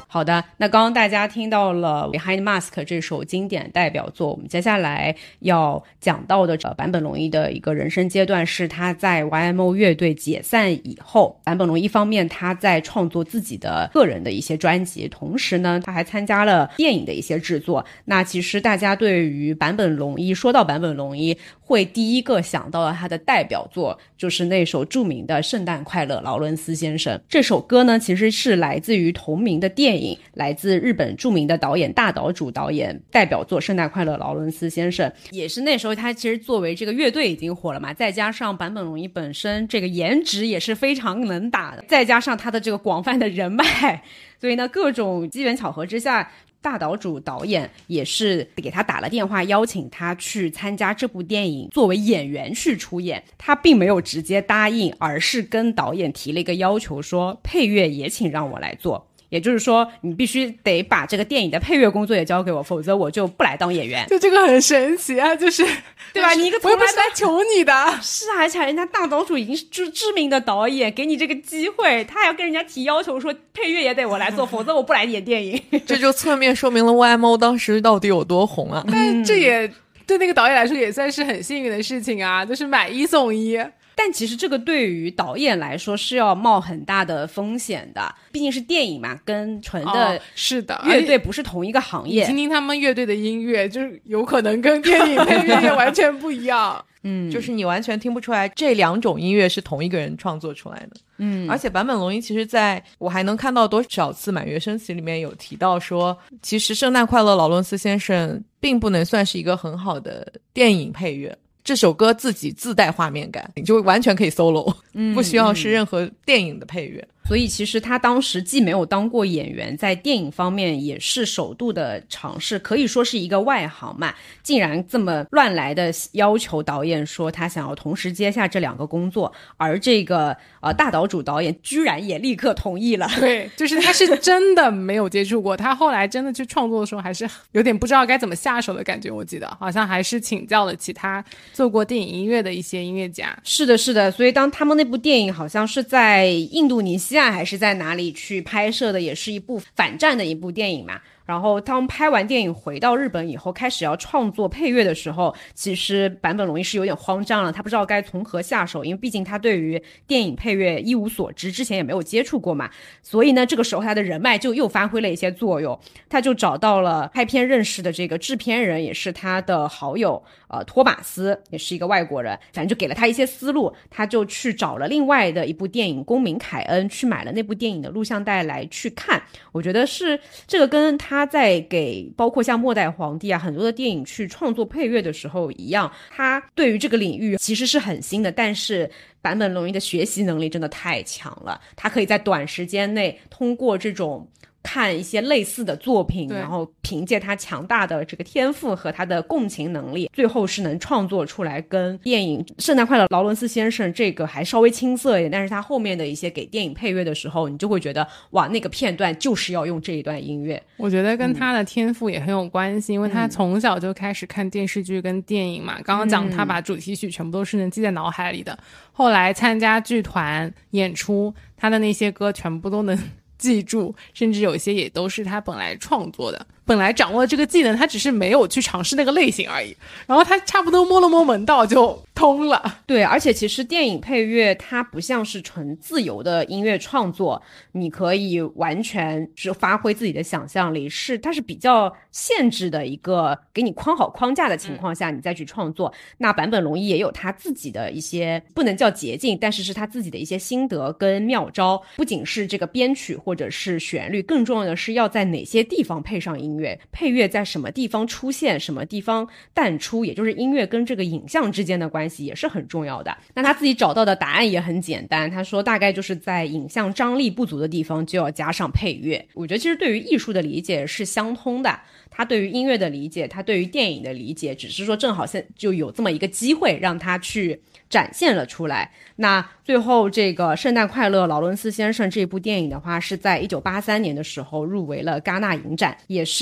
好的，那刚刚大家听到了 Behind Mask 这首经典代表作，我们接下来要讲到的坂本龙一的一个人生阶段是他在 YMO 乐队解散以后。坂本龙一方面他在创作自己的个人的一些专辑，同时呢他还参加了电影的一些制作。那其实大家对于坂本龙一，说到坂本龙一会第一个想到的他的代表作就是那首著名的圣诞快乐劳伦斯先生。这首歌呢其实是来自于同名的电影，来自日本著名的导演大岛渚导演代表作圣诞快乐劳伦斯先生，也是那时候他其实作为这个乐队已经火了嘛，再加上坂本龙一本身这个颜值也是非常能打的，再加上他的这个广泛的人脉，所以呢各种机缘巧合之下，大岛渚导演也是给他打了电话，邀请他去参加这部电影作为演员去出演。他并没有直接答应，而是跟导演提了一个要求，说配乐也请让我来做，也就是说你必须得把这个电影的配乐工作也交给我，否则我就不来当演员。 就这个很神奇啊，就是对吧，你一个我又不是来求你的。 是啊，而且人家大岛渚已经是知名的导演，给你这个机会，他还要跟人家提要求说配乐也得我来做，否则我不来演电影。 这就侧面说明了 YMO 当时到底有多红啊。 但这也对那个导演来说也算是很幸运的事情啊，就是买一送一。 但其实这个对于导演来说是要冒很大的风险的，毕竟是电影嘛，跟纯的是的乐队不是同一个行业。 你听听他们乐队的音乐，就是有可能跟电影配乐也完全不一样。 就是你完全听不出来这两种音乐是同一个人创作出来的。而且坂本龙一其实在我还能看到多少次满月升旗里面有提到说，其实圣诞快乐劳伦斯先生并不能算是一个很好的电影配乐，这首歌自己自带画面感，你就完全可以 solo，不需要是任何电影的配乐。 所以其实他当时既没有当过演员，在电影方面也是首度的尝试，可以说是一个外行嘛，竟然这么乱来的要求导演说他想要同时接下这两个工作，而这个大岛渚导演居然也立刻同意了。 对，就是他是真的没有接触过，他后来真的去创作的时候还是有点不知道该怎么下手的感觉，我记得好像还是请教了其他做过电影音乐的一些音乐家。 是的是的，所以当他们那部电影好像是在印度尼西亚还是在哪里去拍摄的，也是一部反战的一部电影嘛。然后他们拍完电影回到日本以后，开始要创作配乐的时候，其实坂本龙一是有点慌张了，他不知道该从何下手，因为毕竟他对于电影配乐一无所知，之前也没有接触过嘛。所以呢这个时候他的人脉就又发挥了一些作用，他就找到了拍片认识的这个制片人，也是他的好友托马斯，也是一个外国人，反正就给了他一些思路，他就去找了另外的一部电影《公民凯恩》，去买了那部电影的录像带来去看。我觉得是这个跟他在给包括像末代皇帝啊很多的电影去创作配乐的时候一样，他对于这个领域其实是很新的，但是坂本龙一的学习能力真的太强了，他可以在短时间内通过这种看一些类似的作品，然后凭借他强大的这个天赋和他的共情能力，最后是能创作出来跟电影《圣诞快乐劳伦斯先生》这个还稍微青涩一点，但是他后面的一些给电影配乐的时候，你就会觉得哇，那个片段就是要用这一段音乐。 我觉得跟他的天赋也很有关系，因为他从小就开始看电视剧跟电影嘛，刚刚讲他把主题曲全部都是能记在脑海里的，后来参加剧团演出，他的那些歌全部都能记住，甚至有一些也都是他本来创作的，本来掌握这个技能，他只是没有去尝试那个类型而已，然后他差不多摸了摸门道就通了。 对，而且其实电影配乐它不像是纯自由的音乐创作，你可以完全是发挥自己的想象力，它是比较限制的一个给你框好框架的情况下你再去创作。那坂本龙一也有他自己的一些不能叫捷径，但是是他自己的一些心得跟妙招，不仅是这个编曲或者是旋律，更重要的是要在哪些地方配上音乐，配乐在什么地方出现，什么地方淡出，也就是音乐跟这个影像之间的关系也是很重要的。那他自己找到的答案也很简单，他说大概就是在影像张力不足的地方就要加上配乐。我觉得其实对于艺术的理解是相通的，他对于音乐的理解，他对于电影的理解，只是说正好就有这么一个机会让他去展现了出来。那最后这个圣诞快乐劳伦斯先生这部电影的话，是在1983年的时候入围了戛纳影展，也是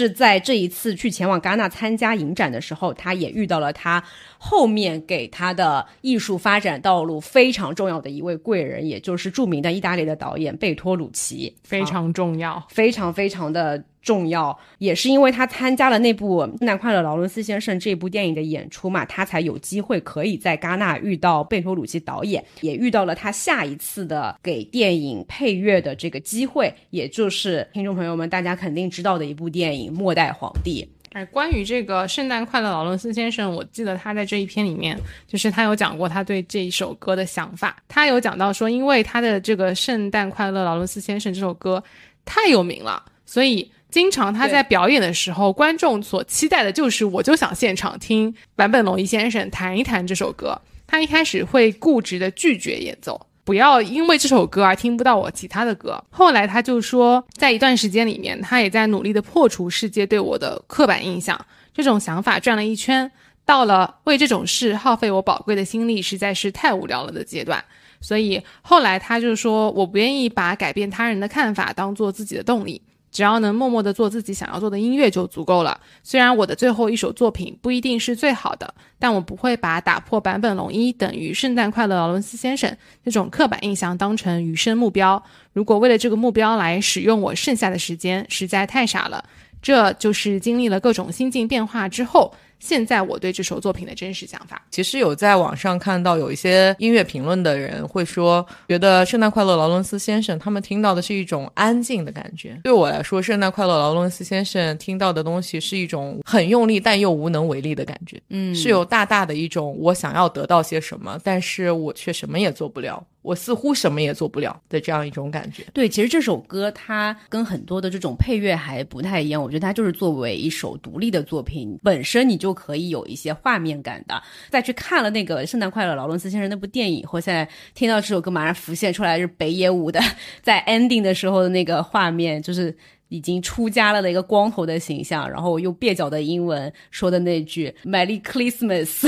是在这一次去前往戛纳参加影展的时候，他也遇到了他后面给他的艺术发展道路非常重要的一位贵人，也就是著名的意大利的导演贝托鲁奇。 非常重要， 非常非常的重要，也是因为他参加了那部《圣诞快乐劳伦斯先生》这部电影的演出嘛，他才有机会可以在戛纳遇到贝托鲁奇导演，也遇到了他下一次的给电影配乐的这个机会，也就是听众朋友们大家肯定知道的一部电影《末代皇帝》。 关于这个圣诞快乐劳伦斯先生，我记得他在这一篇里面就是他有讲过他对这一首歌的想法，他有讲到说因为他的这个圣诞快乐劳伦斯先生这首歌太有名了，所以经常他在表演的时候，观众所期待的就是我就想现场听坂本龙一先生弹一弹这首歌。他一开始会固执的拒绝演奏，不要因为这首歌而听不到我其他的歌。后来他就说在一段时间里面，他也在努力的破除世界对我的刻板印象，这种想法转了一圈，到了为这种事耗费我宝贵的心力实在是太无聊了的阶段。所以后来他就说我不愿意把改变他人的看法当做自己的动力，只要能默默地做自己想要做的音乐就足够了。虽然我的最后一首作品不一定是最好的，但我不会把打破坂本龙一等于圣诞快乐劳伦斯先生这种刻板印象当成余生目标。如果为了这个目标来使用我剩下的时间，实在太傻了。这就是经历了各种心境变化之后，现在我对这首作品的真实想法。 其实有在网上看到有一些音乐评论的人会说，觉得圣诞快乐劳伦斯先生他们听到的是一种安静的感觉。对我来说，圣诞快乐劳伦斯先生听到的东西是一种很用力但又无能为力的感觉，是有大大的一种我想要得到些什么，但是我却什么也做不了，我似乎什么也做不了的这样一种感觉。 对，其实这首歌它跟很多的这种配乐还不太一样，我觉得它就是作为一首独立的作品，本身你就可以有一些画面感的。再去看了那个圣诞快乐劳伦斯先生那部电影以后，现在听到这首歌马上浮现出来是北野武的在 ending 的时候的那个画面，就是已经出家了的一个光头的形象，然后用蹩脚的英文说的那句 Merry Christmas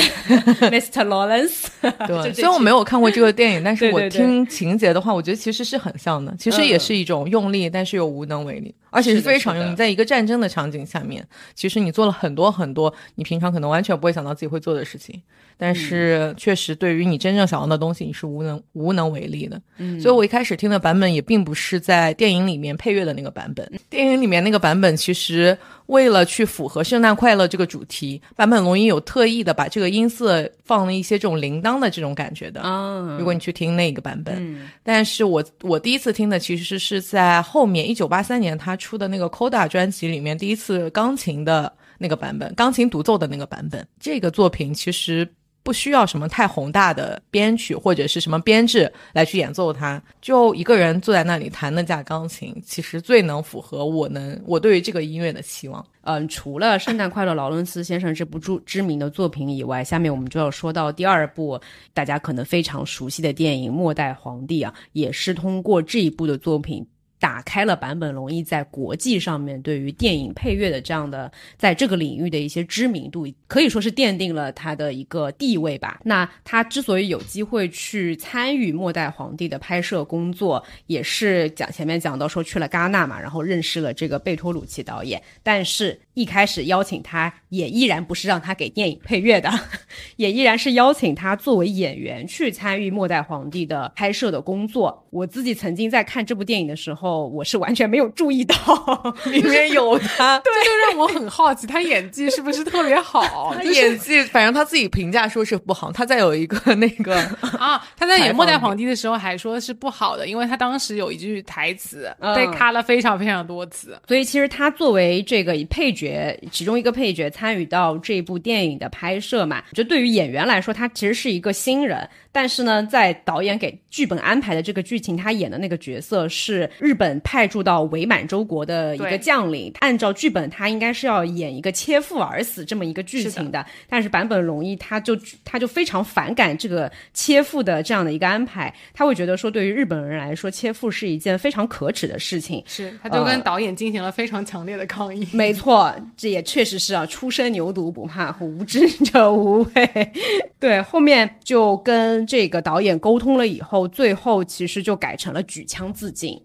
Mr. Lawrence 对，虽然我没有看过这个电影，但是我听情节的话，我觉得其实是很像的，其实也是一种用力但是又无能为力，而且是非常用力。在一个战争的场景下面，其实你做了很多很多你平常可能完全不会想到自己会做的事情，但是确实对于你真正想要的东西你是无能为力的。所以我一开始听的版本也并不是在电影里面配乐的那个版本，电影里面那个版本其实为了去符合圣诞快乐这个主题，坂本龙一有特意的把这个音色放了一些这种铃铛的这种感觉的，如果你去听那个版本。但是我第一次听的其实是在后面1983年他出的那个 Coda 专辑里面第一次钢琴的那个版本，钢琴独奏的那个版本。这个作品其实不需要什么太宏大的编曲或者是什么编制来去演奏它，就一个人坐在那里弹那架钢琴，其实最能符合我对于这个音乐的期望。 除了圣诞快乐劳伦斯先生这部知名的作品以外，下面我们就要说到第二部大家可能非常熟悉的电影《末代皇帝》啊，也是通过这一部的作品打开了坂本龙一在国际上面对于电影配乐的这样的在这个领域的一些知名度，可以说是奠定了他的一个地位吧。那他之所以有机会去参与末代皇帝的拍摄工作，也是前面讲到说去了戛纳嘛，然后认识了这个贝托鲁奇导演，但是一开始邀请他也依然不是让他给电影配乐的，也依然是邀请他作为演员去参与末代皇帝的拍摄的工作。我自己曾经在看这部电影的时候，我是完全没有注意到里面有他对，这就让我很好奇他演技是不是特别好他演技反正他自己评价说是不好，他在有一个那个他在演末代皇帝的时候还说是不好的，因为他当时有一句台词被卡了非常非常多次。 所以其实他作为这个配角其中一个配角参与到这部电影的拍摄嘛，就对于演员来说他其实是一个新人，但是呢在导演给剧本安排的这个剧情，他演的那个角色是日本派驻到伪满洲国的一个将领，按照剧本他应该是要演一个切腹而死这么一个剧情的，但是坂本龙一他就非常反感这个切腹的这样的一个安排，他会觉得说对于日本人来说切腹是一件非常可耻的事情， 是他就跟导演进行了非常强烈的抗议。 没错，这也确实是初生牛犊不怕虎，无知者无畏对，后面就跟这个导演沟通了以后，最后其实就改成了举枪自尽。 对，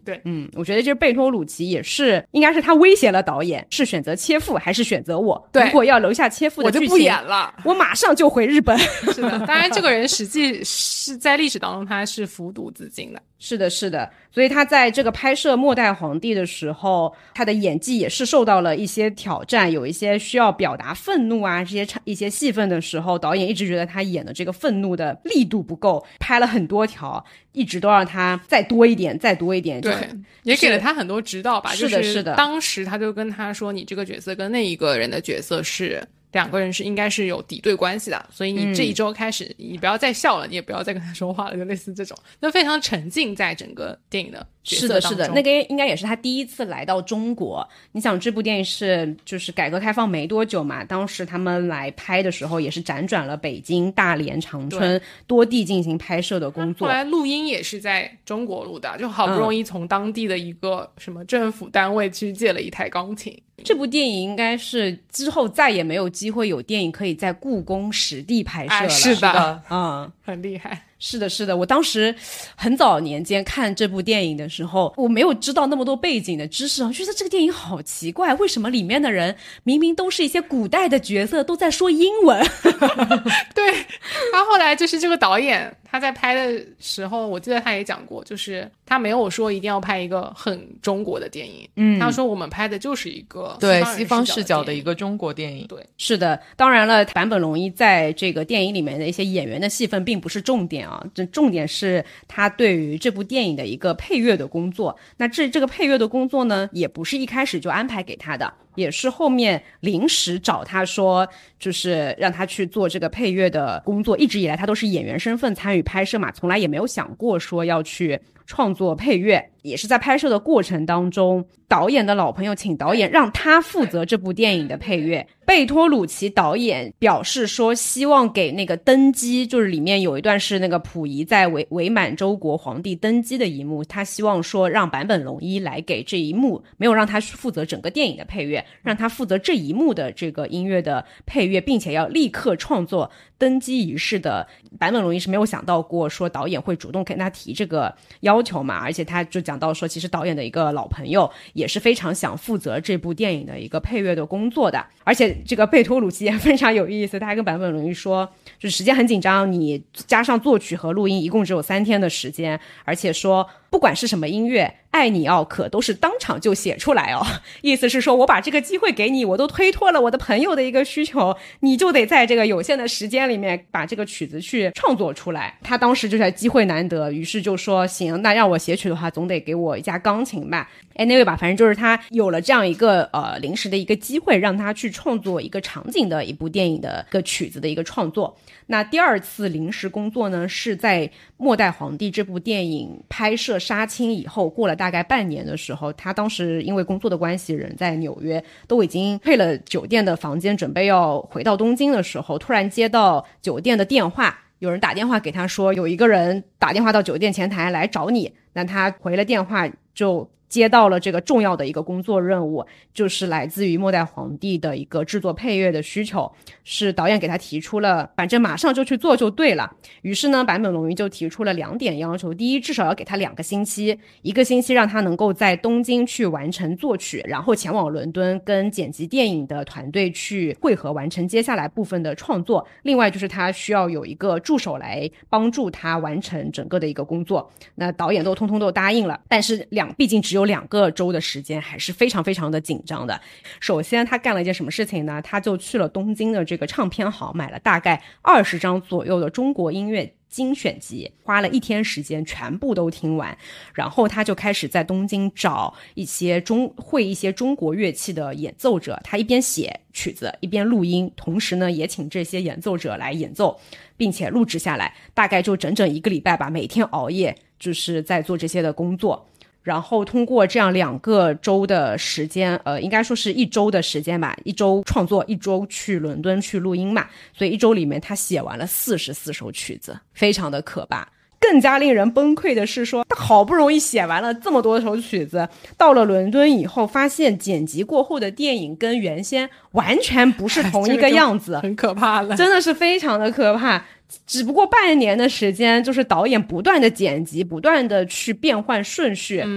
我觉得这贝托鲁奇也是，应该是他威胁了导演，是选择切腹还是选择我？ 对， 如果要留下切腹的剧情， 我就不演了， 我马上就回日本。 是的，当然这个人实际是在历史当中他是服毒自尽的。 是的，是的，所以他在这个拍摄《末代皇帝》的时候，他的演技也是受到了一些挑战，有一些需要表达愤怒啊，一些戏份的时候，导演一直觉得他演的这个愤怒的力度不够，拍了很多条，一直都让他再多一点，再多一点。 对，也给了他很多指导吧。 是的，是的。 当时他就跟他说，你这个角色跟那一个人的角色是两个人是应该是有敌对关系的，所以你这一周开始，你不要再笑了，你也不要再跟他说话了，就类似这种，就非常沉浸在整个电影的角色当中。 是的，是的，那个应该也是他第一次来到中国。你想，这部电影是就是改革开放没多久嘛，当时他们来拍的时候也是辗转了北京、大连、长春多地进行拍摄的工作。 后来录音也是在中国录的，就好不容易从当地的一个什么政府单位去借了一台钢琴。 这部电影应该是之后再也没有机会有电影可以在故宫实地拍摄了。 是的， 很厉害。 是的，是的，我当时很早年间看这部电影的时候，我没有知道那么多背景的知识，我觉得这个电影好奇怪，为什么里面的人明明都是一些古代的角色，都在说英文？ 对，他后来就是这个导演，他在拍的时候，我记得他也讲过，就是他没有说一定要拍一个很中国的电影，他说我们拍的就是一个西方视角的一个中国电影。 对， 是的，当然了，坂本龙一在这个电影里面的一些演员的戏份并不是重点啊，这重点是他对于这部电影的一个配乐的工作。那这个配乐的工作呢，也不是一开始就安排给他的，也是后面临时找他说，就是让他去做这个配乐的工作。一直以来他都是演员身份参与拍摄嘛，从来也没有想过说要去创作配乐。也是在拍摄的过程当中，导演的老朋友请导演让他负责这部电影的配乐。贝托鲁奇导演表示说，希望给那个登基，就是里面有一段是那个溥仪在伪满洲国皇帝登基的一幕，他希望说让坂本龙一来给这一幕，没有让他负责整个电影的配乐，让他负责这一幕的这个音乐的配乐，并且要立刻创作登基仪式的。坂本龙一是没有想到过说导演会主动跟他提这个要求嘛，而且他就讲到说，其实导演的一个老朋友也是非常想负责这部电影的一个配乐的工作的。而且这个贝托鲁奇也非常有意思，他还跟坂本龙一说，就是时间很紧张，你加上作曲和录音一共只有3天的时间，而且说不管是什么音乐，爱你奥可都是当场就写出来哦。意思是说，我把这个机会给你，我都推脱了我的朋友的一个需求，你就得在这个有限的时间里面把这个曲子去创作出来。他当时就是机会难得，于是就说行，那让我写曲的话总得给我一架钢琴吧。anyway 吧，反正就是他有了这样一个临时的一个机会，让他去创作一个场景的一部电影的一个曲子的一个创作。那第二次临时工作呢，是在《末代皇帝》这部电影拍摄杀青以后，过了大概半年的时候，他当时因为工作的关系人在纽约，都已经配了酒店的房间，准备要回到东京的时候，突然接到酒店的电话，有人打电话给他说，有一个人打电话到酒店前台来找你。那他回了电话，就接到了这个重要的一个工作任务，就是来自于《末代皇帝》的一个制作配乐的需求，是导演给他提出了，反正马上就去做就对了。于是呢，坂本龙一就提出了2点要求，第一，至少要给他2个星期，一个星期让他能够在东京去完成作曲，然后前往伦敦跟剪辑电影的团队去汇合，完成接下来部分的创作。另外就是他需要有一个助手来帮助他完成整个的一个工作。那导演通通都答应了，但是毕竟只有2个周的时间，还是非常非常的紧张的。首先他干了一件什么事情呢？他就去了东京的这个唱片行，买了大概20张左右的中国音乐精选集，花了1天时间全部都听完。然后他就开始在东京找一些会一些中国乐器的演奏者，他一边写曲子一边录音，同时呢也请这些演奏者来演奏，并且录制下来，大概就整整1个礼拜吧，每天熬夜就是在做这些的工作。然后通过这样2个周的时间，应该说是1周的时间吧，1周创作，1周去伦敦去录音嘛，所以1周里面他写完了44首曲子，非常的可怕。更加令人崩溃的是说，他好不容易写完了这么多首曲子，到了伦敦以后发现剪辑过后的电影跟原先完全不是同一个样子， 很可怕了， 真的是非常的可怕。只不过半年的时间，就是导演不断的剪辑，不断的去变换顺序，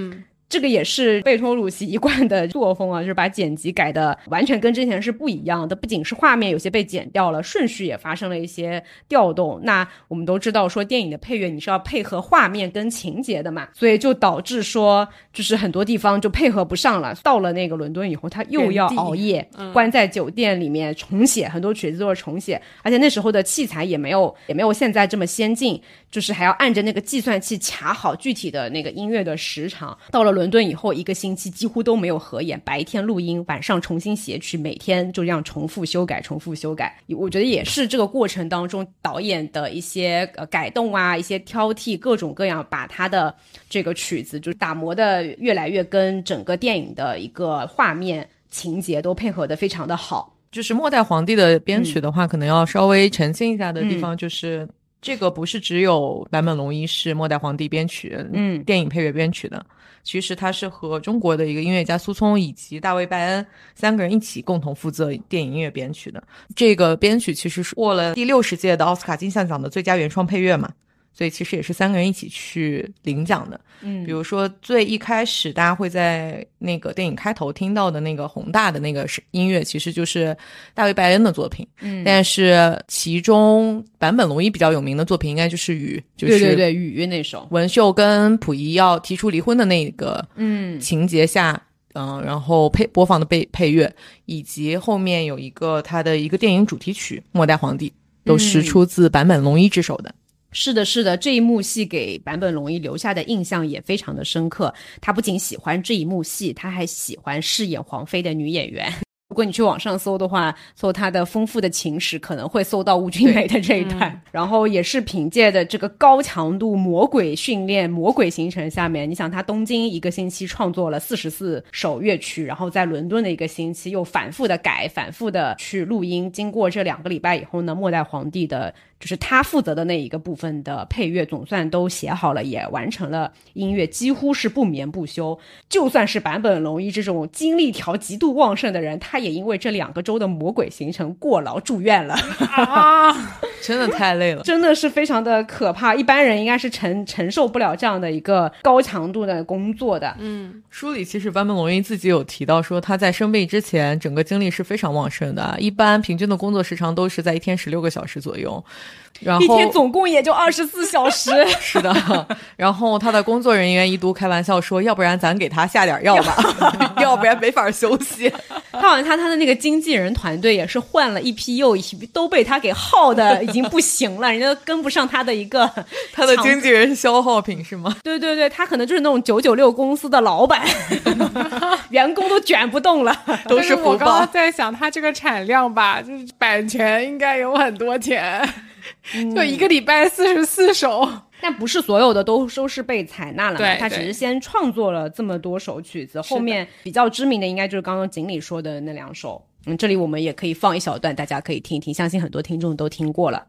这个也是贝托鲁奇一贯的作风啊，就是把剪辑改的完全跟之前是不一样的，不仅是画面有些被剪掉了，顺序也发生了一些调动。那我们都知道说电影的配乐你是要配合画面跟情节的嘛，所以就导致说就是很多地方就配合不上了。到了那个伦敦以后，他又要熬夜关在酒店里面重写，很多曲子都是重写，而且那时候的器材也没有现在这么先进，就是还要按着那个计算器卡好具体的那个音乐的时长。到了伦敦以后，1个星期几乎都没有合演，白天录音，晚上重新写曲，每天就这样重复修改。我觉得也是这个过程当中导演的一些改动啊，一些挑剔，各种各样，把他的这个曲子就打磨的越来越跟整个电影的一个画面情节都配合的非常的好。 就是末代皇帝的编曲的话，可能要稍微澄清一下的地方就是这个不是只有坂本龙一是末代皇帝编曲电影配乐编曲的，其实他是和中国的一个音乐家苏聪以及大卫拜恩3个人一起共同负责电影音乐编曲的。这个编曲其实是获了第60届的奥斯卡金像奖的最佳原创配乐嘛，所以其实也是3个人一起去领奖的。比如说最一开始大家会在那个电影开头听到的那个宏大的那个音乐，其实就是大卫拜恩的作品。但是其中坂本龙一比较有名的作品应该就是雨，就是对雨那首文秀跟溥仪要提出离婚的那个情节下然后播放的配乐，以及后面有一个他的一个电影主题曲末代皇帝，都是出自坂本龙一之手的。 是的，这一幕戏给坂本龙一留下的印象也非常的深刻。他不仅喜欢这一幕戏，他还喜欢饰演皇妃的女演员。如果你去网上搜的话，搜他的丰富的情史，可能会搜到吴君美的这一段。然后也是凭借的这个高强度魔鬼训练、魔鬼行程下面，你想他东京1个星期创作了44首乐曲，然后在伦敦的1个星期又反复的改，反复的去录音。经过这2个礼拜以后呢，末代皇帝的就是他负责的那一个部分的配乐总算都写好了，也完成了音乐，几乎是不眠不休。就算是坂本龙一这种精力条极度旺盛的人，他也因为这2个周的魔鬼行程过劳住院了真的太累了， 真的是非常的可怕，一般人应该是承受不了这样的一个高强度的工作的。 书里其实坂本龙一自己有提到说，他在生病之前整个精力是非常旺盛的，一般平均的工作时长都是在1天16个小时左右，然后一天总共也就24小时是的，然后他的工作人员一度开玩笑说，要不然咱给他下点药吧要不然没法休息。 他好像他的那个经纪人团队也是换了一批又一批，都被他给耗的已经不行了，人家都跟不上他的一个他的经纪人是消耗品是吗？ 对，他可能就是那种996公司的老板员工都卷不动了， 都是福报。 我刚刚在想他这个产量吧，就是版权应该有很多钱就1个礼拜44首。 但不是所有的都是被采纳了嘛， 对， 他只是先创作了这么多首曲子，后面比较知名的应该就是刚刚锦鲤说的那2首。这里我们也可以放一小段，大家可以听一听，相信很多听众都听过了。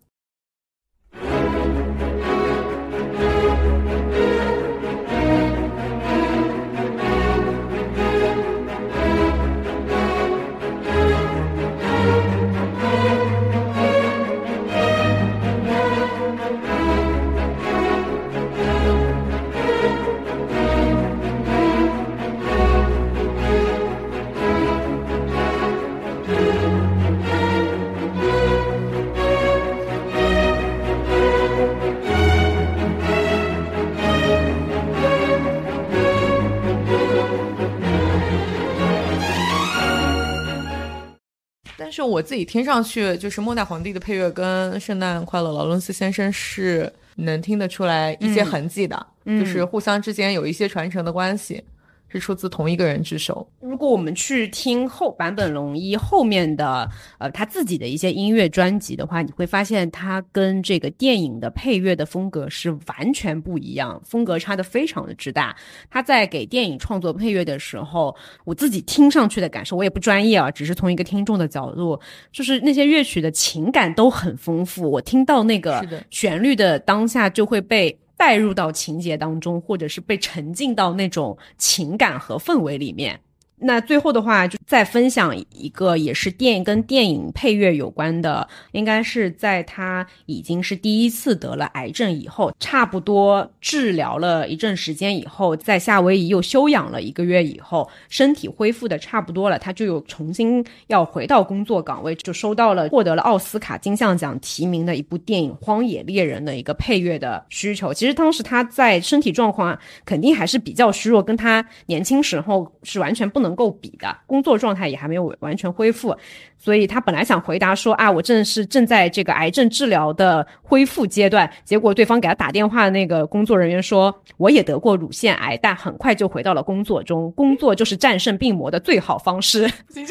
但是我自己听上去就是末代皇帝的配乐跟圣诞快乐劳伦斯先生是能听得出来一些痕迹的，就是互相之间有一些传承的关系，是出自同一个人之手。 如果我们去听坂本龙一后面的他自己的一些音乐专辑的话，你会发现他跟这个电影的配乐的风格是完全不一样，风格差得非常的之大。他在给电影创作配乐的时候，我自己听上去的感受，我也不专业啊，只是从一个听众的角度，就是那些乐曲的情感都很丰富，我听到那个旋律的当下就会被带入到情节当中，或者是被沉浸到那种情感和氛围里面。 那最后的话就再分享一个也是跟电影配乐有关的，应该是在他已经是第一次得了癌症以后，差不多治疗了一阵时间以后，在夏威夷又休养了1个月以后，身体恢复的差不多了，他就有重新要回到工作岗位，就收到了获得了奥斯卡金像奖提名的一部电影《荒野猎人》的一个配乐的需求。其实当时他在身体状况肯定还是比较虚弱，跟他年轻时候是完全不能够比的，工作状态也还没有完全恢复，所以他本来想回答说我正在这个癌症治疗的恢复阶段，结果对方给他打电话的那个工作人员说，我也得过乳腺癌，但很快就回到了工作中，工作就是战胜病魔的最好方式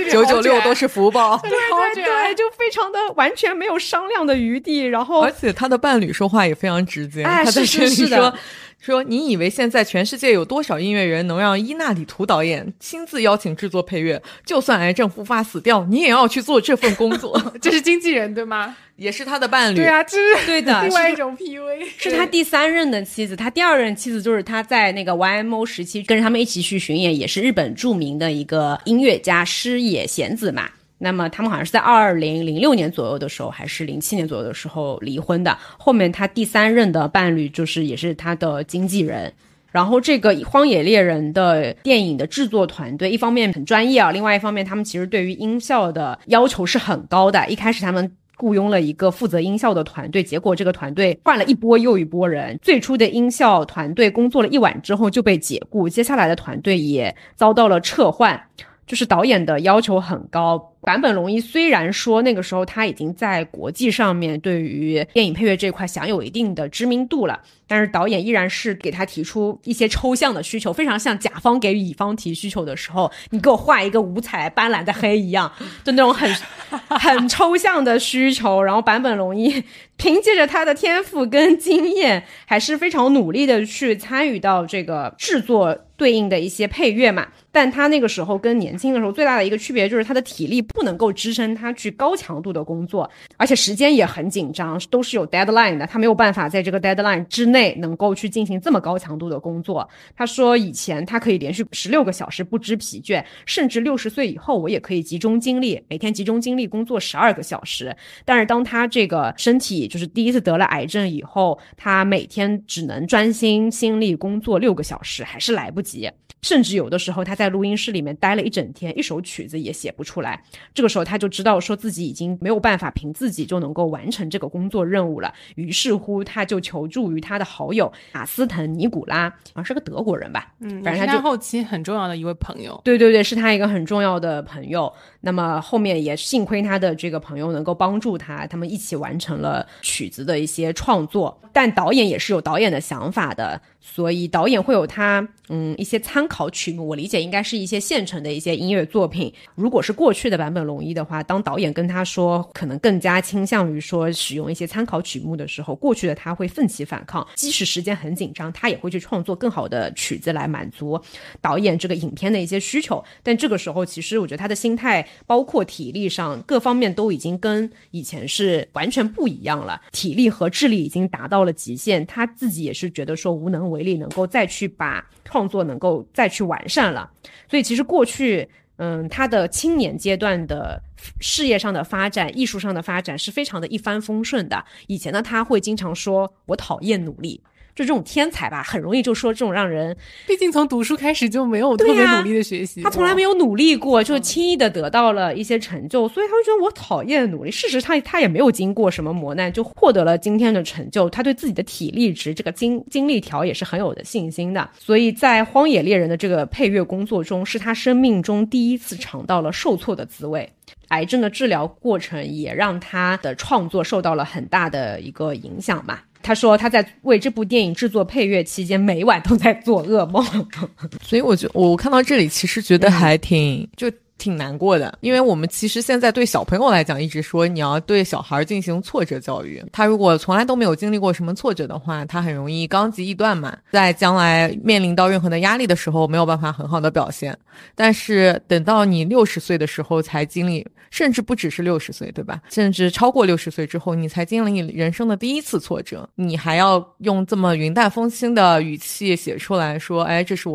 996都是福报。 对对对，就非常的完全没有商量的余地，然后而且他的伴侣说话也非常直接，他在这里说你以为现在全世界有多少音乐人能让伊纳里图导演亲自邀请制作配乐，就算癌症复发死掉，你也要去做这份工作。 这是经纪人对吗？ 也是他的伴侣。 对啊，这是对的， 另外一种 PUA。 是他第3任的妻子，他第2任妻子就是他在那个 YMO 时期跟着他们一起去巡演，也是日本著名的一个音乐家矢野贤子嘛。那么他们好像是在2006年左右的时候还是07年左右的时候离婚的，后面他第3任的伴侣就是也是他的经纪人。然后这个荒野猎人的电影的制作团队一方面很专业另外一方面他们其实对于音效的要求是很高的，一开始他们雇佣了一个负责音效的团队，结果这个团队换了一波又一波人，最初的音效团队工作了1晚之后就被解雇，接下来的团队也遭到了撤换，就是导演的要求很高。坂本龙一虽然说那个时候他已经在国际上面对于电影配乐这块享有一定的知名度了，但是导演依然是给他提出一些抽象的需求，非常像甲方给乙方提需求的时候，你给我画一个五彩斑斓的黑一样，就那种很抽象的需求。然后坂本龙一凭借着他的天赋跟经验，还是非常努力的去参与到这个制作对应的一些配乐嘛。但他那个时候跟年轻的时候最大的一个区别就是他的体力不能够支撑他去高强度的工作，而且时间也很紧张，都是有 deadline 的，他没有办法在这个 deadline 之内能够去进行这么高强度的工作。他说以前他可以连续16个小时不知疲倦，甚至60岁以后我也可以集中精力，每天集中精力工作12个小时。但是当他这个身体就是第一次得了癌症以后，他每天只能专心心力工作6个小时，还是来不及。甚至有的时候他在录音室里面待了一整天，一首曲子也写不出来。这个时候他就知道说自己已经没有办法凭自己就能够完成这个工作任务了，于是乎他就求助于他的好友卡斯滕尼古拉，是个德国人吧， 反正他后期很重要的一位朋友。 对对对，是他一个很重要的朋友。那么后面也幸亏他的这个朋友能够帮助他，他们一起完成了曲子的一些创作。但导演也是有导演的想法的，所以导演会有他一些参考曲目，我理解应该是一些现成的一些音乐作品。如果是过去的坂本龙一的话，当导演跟他说可能更加倾向于说使用一些参考曲目的时候，过去的他会奋起反抗，即使时间很紧张，他也会去创作更好的曲子来满足导演这个影片的一些需求。但这个时候其实我觉得他的心态包括体力上各方面都已经跟以前是完全不一样了，体力和智力已经达到了极限，他自己也是觉得说无能为力，能够再去把创作能够再去完善了。所以其实过去他的青年阶段的事业上的发展，艺术上的发展是非常的一帆风顺的。以前呢他会经常说我讨厌努力，就这种天才吧，很容易就说这种让人， 毕竟从读书开始就没有特别努力的学习， 他从来没有努力过，就轻易的得到了一些成就，所以他会觉得我讨厌努力。事实上他也没有经过什么磨难就获得了今天的成就，他对自己的体力值这个精力条也是很有的信心的。所以在荒野猎人的这个配乐工作中，是他生命中第一次尝到了受挫的滋味。癌症的治疗过程也让他的创作受到了很大的一个影响嘛。他说他在为这部电影制作配乐期间每晚都在做噩梦。 所以我看到这里其实觉得还挺难过的，因为我们其实现在对小朋友来讲一直说你要对小孩进行挫折教育，他如果从来都没有经历过什么挫折的话，他很容易刚极易断嘛，在将来面临到任何的压力的时候没有办法很好的表现。但是等到你60岁的时候才经历，甚至不只是60岁对吧，甚至超过60岁之后你才经历人生的第一次挫折，你还要用这么云淡风轻的语气写出来说，哎，这是我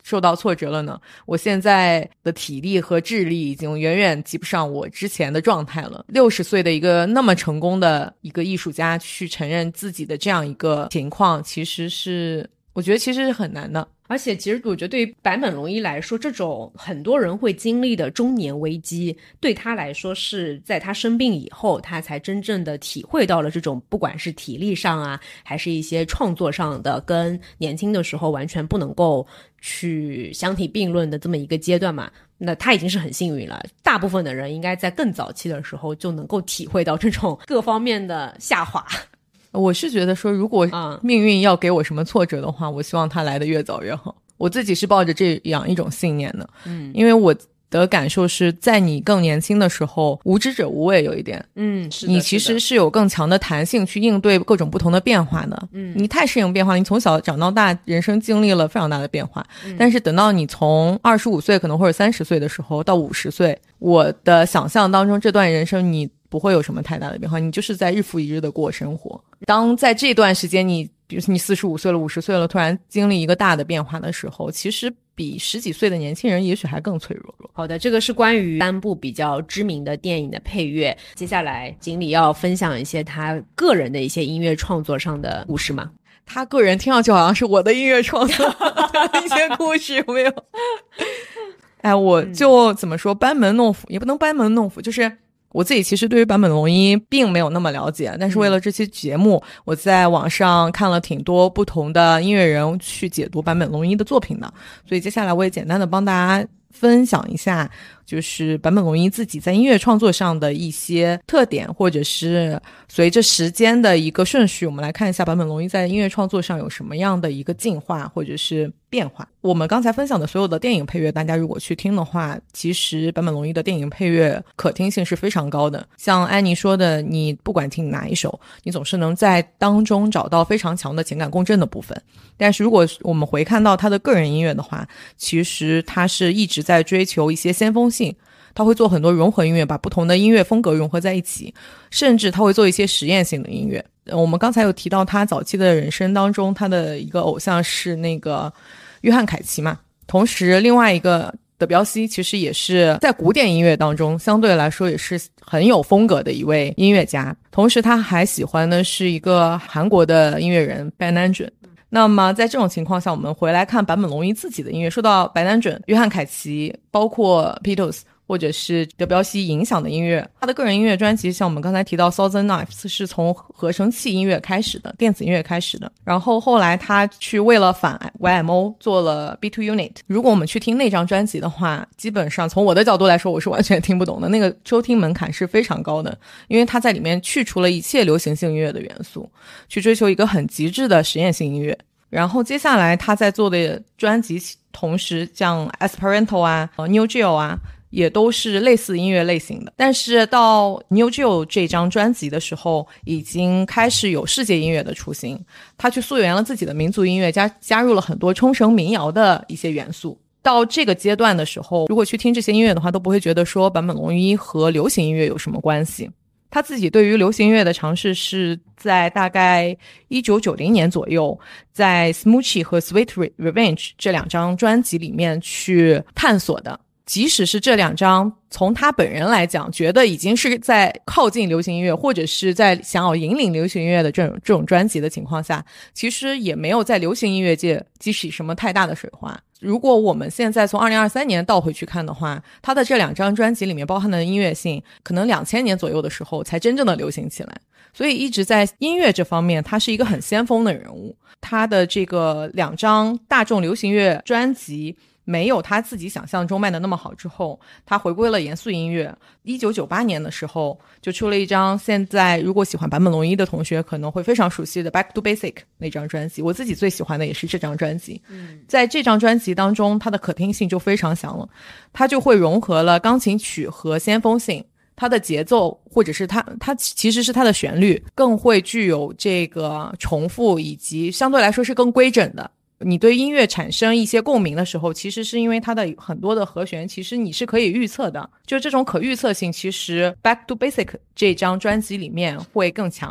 受到挫折了呢？我现在的体力和智力已经远远及不上我之前的状态了。60岁的一个那么成功的一个艺术家去承认自己的这样一个情况，其实是我觉得其实是很难的。 而且其实我觉得对于坂本龙一来说，这种很多人会经历的中年危机，对他来说是在他生病以后，他才真正的体会到了这种不管是体力上啊，还是一些创作上的，跟年轻的时候完全不能够去相提并论的这么一个阶段嘛。那他已经是很幸运了，大部分的人应该在更早期的时候就能够体会到这种各方面的下滑。 我是觉得说，如果命运要给我什么挫折的话，我希望它来得越早越好。我自己是抱着这样一种信念的，因为我的感受是在你更年轻的时候，无知者无畏，有一点， 是的， 你其实是有更强的弹性去应对各种不同的变化的，你太适应变化，你从小长到大，人生经历了非常大的变化，但是等到你从25岁可能或者30岁的时候到50岁，我的想象当中这段人生你不会有什么太大的变化，你就是在日复一日的过生活。当在这段时间你比如说你45岁了50岁了，突然经历一个大的变化的时候，其实比10几岁的年轻人也许还更脆弱。 好的，这个是关于3部比较知名的电影的配乐。接下来锦鲤要分享一些他个人的一些音乐创作上的故事吗？ 他个人听上去好像是我的音乐创作的一些故事，有没有？哎，我就怎么说，班门弄斧也不能班门弄斧，就是我自己其实对于坂本龙一并没有那么了解，但是为了这期节目，我在网上看了挺多不同的音乐人去解读坂本龙一的作品的，所以接下来我也简单的帮大家分享一下，就是坂本龙一自己在音乐创作上的一些特点，或者是随着时间的一个顺序，我们来看一下坂本龙一在音乐创作上有什么样的一个进化或者是变化。我们刚才分享的所有的电影配乐，大家如果去听的话，其实坂本龙一的电影配乐可听性是非常高的。像安妮说的，你不管听哪一首，你总是能在当中找到非常强的情感共振的部分。但是如果我们回看到他的个人音乐的话，其实他是一直在追求一些先锋性，他会做很多融合音乐，把不同的音乐风格融合在一起，甚至他会做一些实验性的音乐。我们刚才有提到他早期的人生当中，他的一个偶像是那个约翰凯奇嘛，同时另外一个德彪西其实也是在古典音乐当中相对来说也是很有风格的一位音乐家，同时他还喜欢的是一个韩国的音乐人白南准。那么在这种情况下，我们回来看坂本龙一自己的音乐，受到白南准、约翰凯奇包括 Beatles或者是德彪西影响的音乐，他的个人音乐专辑像我们刚才提到 Thousand Knives 是从合成器音乐开始的，电子音乐开始的，然后后来他去为了反 YMO 做了 B2 Unit。 如果我们去听那张专辑的话，基本上从我的角度来说我是完全听不懂的，那个收听门槛是非常高的，因为他在里面去除了一切流行性音乐的元素，去追求一个很极致的实验性音乐。然后接下来他在做的专辑同时像 Esperanto 啊 New Geo 啊也都是类似音乐类型的，但是到 New Geo 这张专辑的时候已经开始有世界音乐的雏形，他去溯源了自己的民族音乐，加入了很多冲绳民谣的一些元素。到这个阶段的时候，如果去听这些音乐的话，都不会觉得说坂本龙一和流行音乐有什么关系。他自己对于流行音乐的尝试是在大概1990年左右，在 Smoochie 和 Sweet Revenge 这2张专辑里面去探索的。即使是这2张从他本人来讲觉得已经是在靠近流行音乐，或者是在想要引领流行音乐的这种专辑的情况下，其实也没有在流行音乐界激起什么太大的水花。如果我们现在从2023年倒回去看的话，他的这2张专辑里面包含的音乐性可能2000年左右的时候才真正的流行起来，所以一直在音乐这方面他是一个很先锋的人物。他的这个2张大众流行乐专辑没有他自己想象中卖的那么好之后，他回归了严肃音乐。1998年的时候就出了一张现在如果喜欢坂本龙一的同学可能会非常熟悉的 Back to Basic 那张专辑，我自己最喜欢的也是这张专辑。在这张专辑当中它的可听性就非常强了，它就会融合了钢琴曲和先锋性，它的节奏或者是它其实是它的旋律更会具有这个重复，以及相对来说是更规整的。你对音乐产生一些共鸣的时候，其实是因为它的很多的和弦其实你是可以预测的，就这种可预测性其实 Back to Basic 这张专辑里面会更强。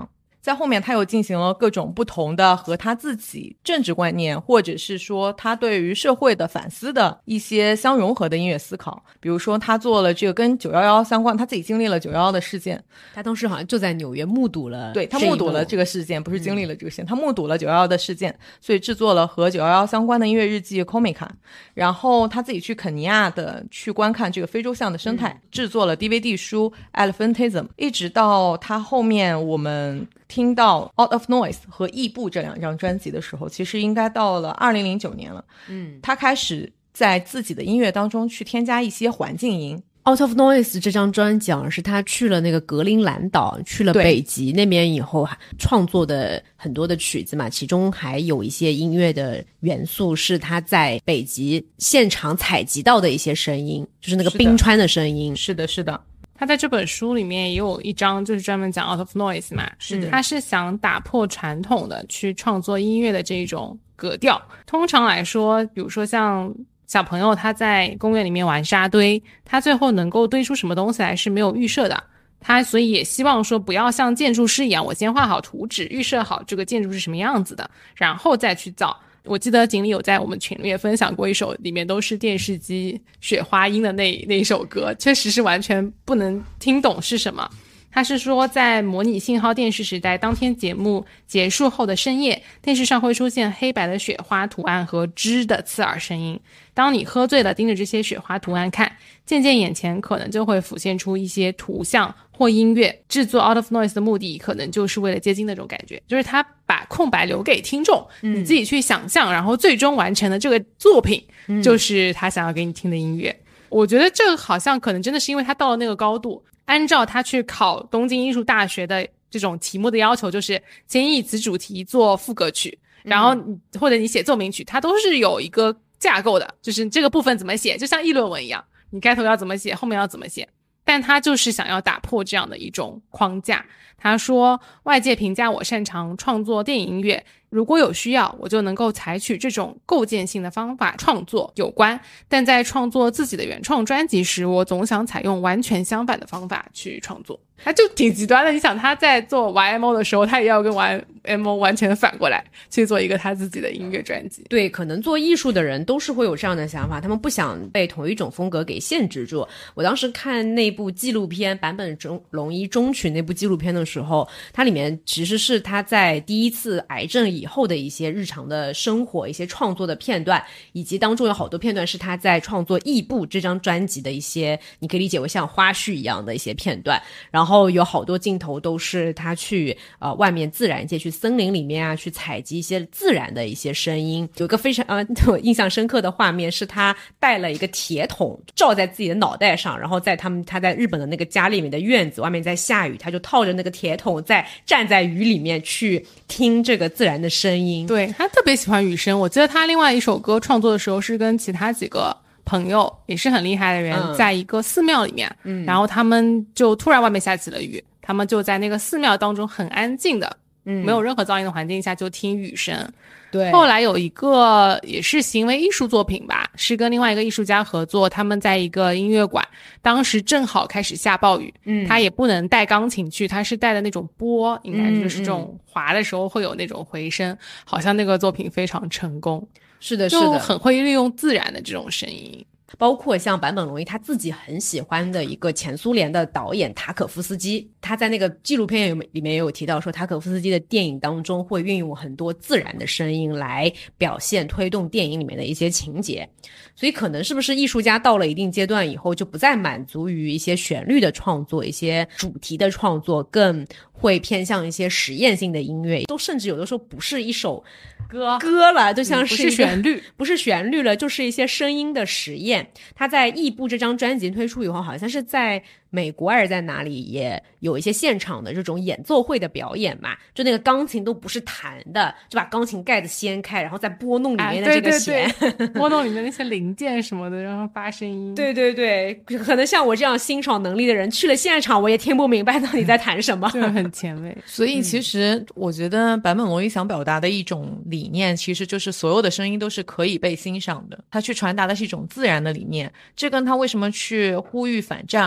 在后面他又进行了各种不同的和他自己政治观念或者是说他对于社会的反思的一些相融合的音乐思考。比如说他做了这个跟911相关，他自己经历了911的事件， 他当时好像就在纽约目睹了， 对，他目睹了这个事件，不是经历了这个事件，他目睹了911的事件，所以制作了和911相关的音乐日记 Comica， 然后他自己去肯尼亚的去观看这个非洲象的生态，制作了 DVD 书 Elephantism， 一直到他后面我们听到 Out of Noise 和异步这2张专辑的时候，其实应该到了2009年了。他开始在自己的音乐当中去添加一些环境音。 Out of Noise 这张专辑是他去了那个格陵兰岛，去了北极那边以后创作的很多的曲子嘛，其中还有一些音乐的元素是他在北极现场采集到的一些声音，就是那个冰川的声音。 是的，是的。 他在这本书里面也有一章就是专门讲 Out of Noise 嘛，是的，他是想打破传统的去创作音乐的这种格调。通常来说，比如说像小朋友他在公园里面玩沙堆，他最后能够堆出什么东西来是没有预设的，他所以也希望说不要像建筑师一样，我先画好图纸，预设好这个建筑是什么样子的，然后再去造。我记得锦鲤有在我们群里面分享过一首里面都是电视机雪花音的那一首歌，确实是完全不能听懂是什么。他是说在模拟信号电视时代，当天节目结束后的深夜，电视上会出现黑白的雪花图案和吱的刺耳声音。当你喝醉了盯着这些雪花图案看，渐渐眼前可能就会浮现出一些图像或音乐。制作 Out of Noise 的目的可能就是为了接近那种感觉，就是他把空白留给听众，你自己去想象，然后最终完成的这个作品就是他想要给你听的音乐。我觉得这个好像可能真的是因为他到了那个高度，按照他去考东京艺术大学的这种题目的要求，就是先以此主题做副歌曲，然后或者你写奏鸣曲，它都是有一个架构的，就是这个部分怎么写，就像议论文一样，你开头要怎么写，后面要怎么写。但他就是想要打破这样的一种框架。他说，外界评价我擅长创作电影音乐，如果有需要，我就能够采取这种构建性的方法创作有关，但在创作自己的原创专辑时，我总想采用完全相反的方法去创作。他就挺极端的，你想他在做 YMO 的时候，他也要跟 YMO 完全反过来去做一个他自己的音乐专辑。 对，可能做艺术的人都是会有这样的想法，他们不想被同一种风格给限制住。我当时看那部纪录片坂本龙一中曲那部纪录片的时候，它里面其实是他在第一次癌症以后的一些日常的生活，一些创作的片段，以及当中有好多片段是他在创作异步这张专辑的一些，你可以理解为像花絮一样的一些片段。然后有好多镜头都是他去外面自然界，去森林里面啊，去采集一些自然的一些声音。有一个非常我印象深刻的画面是他带了一个铁桶罩在自己的脑袋上，然后他在日本的那个家里面的院子，外面在下雨，他就套着那个铁桶站在雨里面去听这个自然的声音。 对，他特别喜欢雨声。我记得他另外一首歌创作的时候是跟其他几个朋友也是很厉害的人在一个寺庙里面，然后他们就突然外面下起了雨，他们就在那个寺庙当中很安静的没有任何噪音的环境下就听雨声。 对， 后来有一个也是行为艺术作品吧，是跟另外一个艺术家合作，他们在一个音乐馆，当时正好开始下暴雨，他也不能带钢琴去，他是带的那种波，应该就是这种滑的时候会有那种回声，好像那个作品非常成功。 是的，是的， 就很会利用自然的这种声音。 包括像坂本龙一他自己很喜欢的一个前苏联的导演塔可夫斯基，他在那个纪录片里面也有提到说，塔可夫斯基的电影当中会运用很多自然的声音来表现推动电影里面的一些情节。所以可能是不是艺术家到了一定阶段以后就不再满足于一些旋律的创作，一些主题的创作，更会偏向一些实验性的音乐，都甚至有的时候不是一首歌了，就像是不是旋律， 不是旋律了，就是一些声音的实验。他在异步这张专辑推出以后，好像是在美国还是在哪里也有一些现场的这种演奏会的表演嘛，就那个钢琴都不是弹的，就把钢琴盖子掀开，然后再拨弄里面的这个弦， 对对对拨弄里面那些零件什么的，然后发声音。 对对对，可能像我这样欣赏能力的人去了现场，我也听不明白到底在弹什么， 就很前卫。 所以其实我觉得坂本龙一想表达的一种理念，其实就是所有的声音都是可以被欣赏的，他去传达的是一种自然的理念。这跟他为什么去呼吁反战，呼吁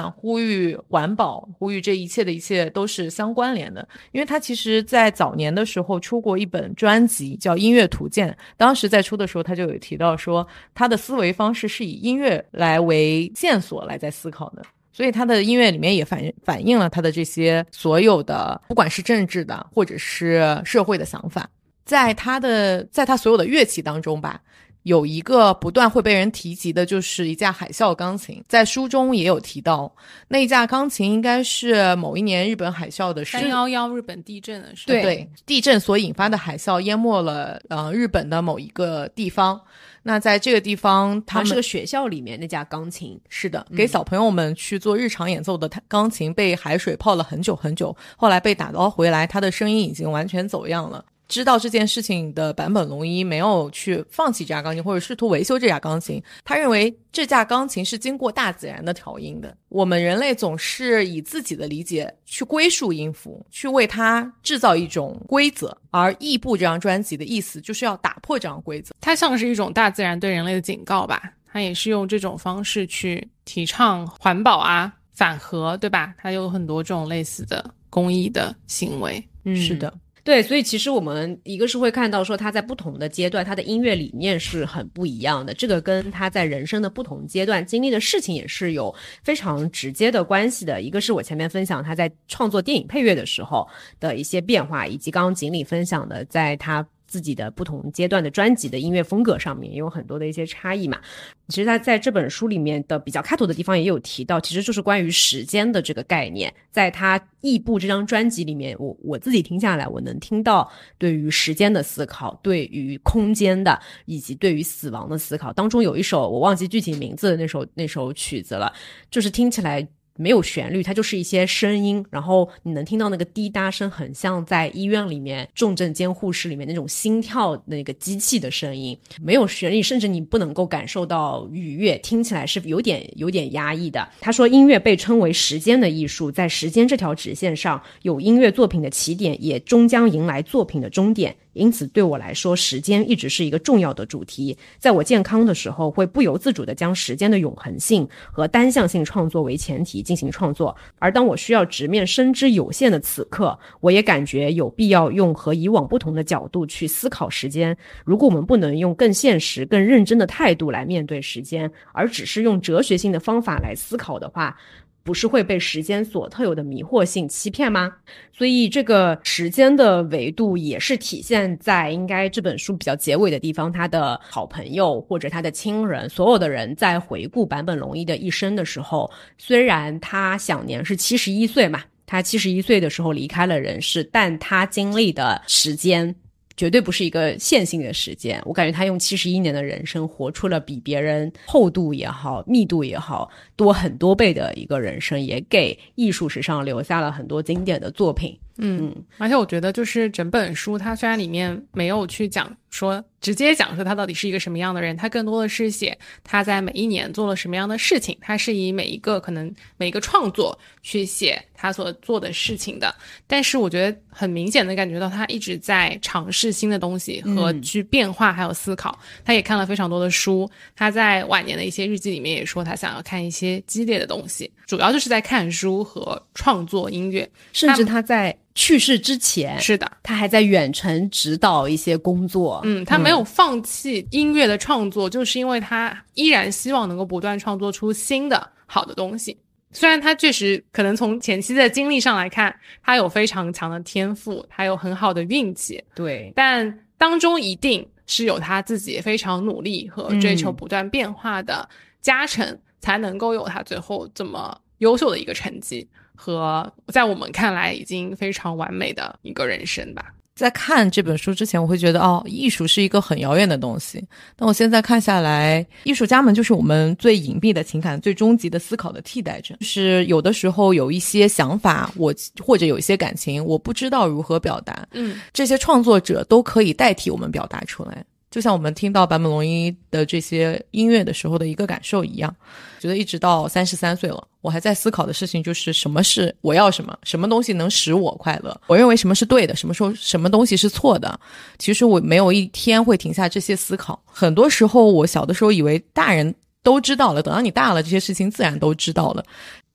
吁环保，呼吁这一切的一切都是相关联的。因为他其实在早年的时候出过一本专辑叫《音乐图鉴》，当时在出的时候他就有提到说他的思维方式是以音乐来为线索来在思考的，所以他的音乐里面也反映了他的这些所有的不管是政治的或者是社会的想法。在他所有的乐器当中吧，有一个不断会被人提及的就是一架海啸钢琴，在书中也有提到，那一架钢琴应该是某一年日本海啸的 311日本地震的时候， 对，地震所引发的海啸淹没了日本的某一个地方。那在这个地方他们是个学校里面那架钢琴， 是的，给小朋友们去做日常演奏的钢琴被海水泡了很久很久，后来被打捞回来，它的声音已经完全走样了。知道这件事情的坂本龙一没有去放弃这架钢琴或者试图维修这架钢琴，他认为这架钢琴是经过大自然的调音的。我们人类总是以自己的理解去归属音符，去为它制造一种规则，而异步这张专辑的意思就是要打破这样规则。 它像是一种大自然对人类的警告吧，它也是用这种方式去提倡环保啊、反核，对吧？它有很多这种类似的公益的行为。 是的。 对，所以其实我们一个是会看到说他在不同的阶段他的音乐理念是很不一样的，这个跟他在人生的不同阶段经历的事情也是有非常直接的关系的。一个是我前面分享他在创作电影配乐的时候的一些变化，以及刚刚锦鲤分享的在他自己的不同阶段的专辑的音乐风格上面也有很多的一些差异嘛。其实他在这本书里面的比较开头的地方也有提到，其实就是关于时间的这个概念。在他异步这张专辑里面，我自己听下来，我能听到对于时间的思考，对于空间的，以及对于死亡的思考。当中有一首我忘记具体名字的那首曲子了，就是听起来没有旋律，它就是一些声音，然后你能听到那个滴答声，很像在医院里面重症监护室里面那种心跳那个机器的声音，没有旋律，甚至你不能够感受到愉悦，听起来是有点压抑的。他说音乐被称为时间的艺术，在时间这条直线上，有音乐作品的起点，也终将迎来作品的终点。因此对我来说，时间一直是一个重要的主题。在我健康的时候，会不由自主地将时间的永恒性和单向性创作为前提进行创作，而当我需要直面深知有限的此刻，我也感觉有必要用和以往不同的角度去思考时间。如果我们不能用更现实、更认真的态度来面对时间，而只是用哲学性的方法来思考的话，不是会被时间所特有的迷惑性欺骗吗？所以这个时间的维度也是体现在应该这本书比较结尾的地方，他的好朋友或者他的亲人，所有的人在回顾坂本龙一的一生的时候，虽然他享年是71岁嘛，他71岁的时候离开了人世，但他经历的时间绝对不是一个线性的时间。我感觉他用71年的人生活出了比别人厚度也好密度也好多很多倍的一个人生，也给艺术史上留下了很多经典的作品。 而且我觉得就是整本书它虽然里面没有去讲说直接讲说他到底是一个什么样的人，他更多的是写他在每一年做了什么样的事情，他是以每一个创作去写他所做的事情的。但是我觉得很明显的感觉到他一直在尝试新的东西和去变化还有思考。他也看了非常多的书，他在晚年的一些日记里面也说他想要看一些激烈的东西，主要就是在看书和创作音乐。 甚至他在去世之前， 是的， 他还在远程指导一些工作。 他没有放弃音乐的创作，就是因为他依然希望能够不断创作出新的好的东西。虽然他确实可能从前期的经历上来看，他有非常强的天赋，他有很好的运气， 对， 但当中一定是有他自己非常努力和追求不断变化的加成，才能够有他最后这么优秀的一个成绩和在我们看来已经非常完美的一个人生吧。 在看这本书之前，我会觉得艺术是一个很遥远的东西，但我现在看下来，艺术家们就是我们最隐蔽的情感、最终极的思考的替代者。就是有的时候有一些想法，或者有一些感情，我不知道如何表达，这些创作者都可以代替我们表达出来。就像我们听到坂本龙一的这些音乐的时候的一个感受一样，觉得一直到33岁了，我还在思考的事情就是什么是我要什么，什么东西能使我快乐，我认为什么是对的，什么东西是错的。其实我没有一天会停下这些思考。很多时候我小的时候以为大人都知道了，等到你大了，这些事情自然都知道了。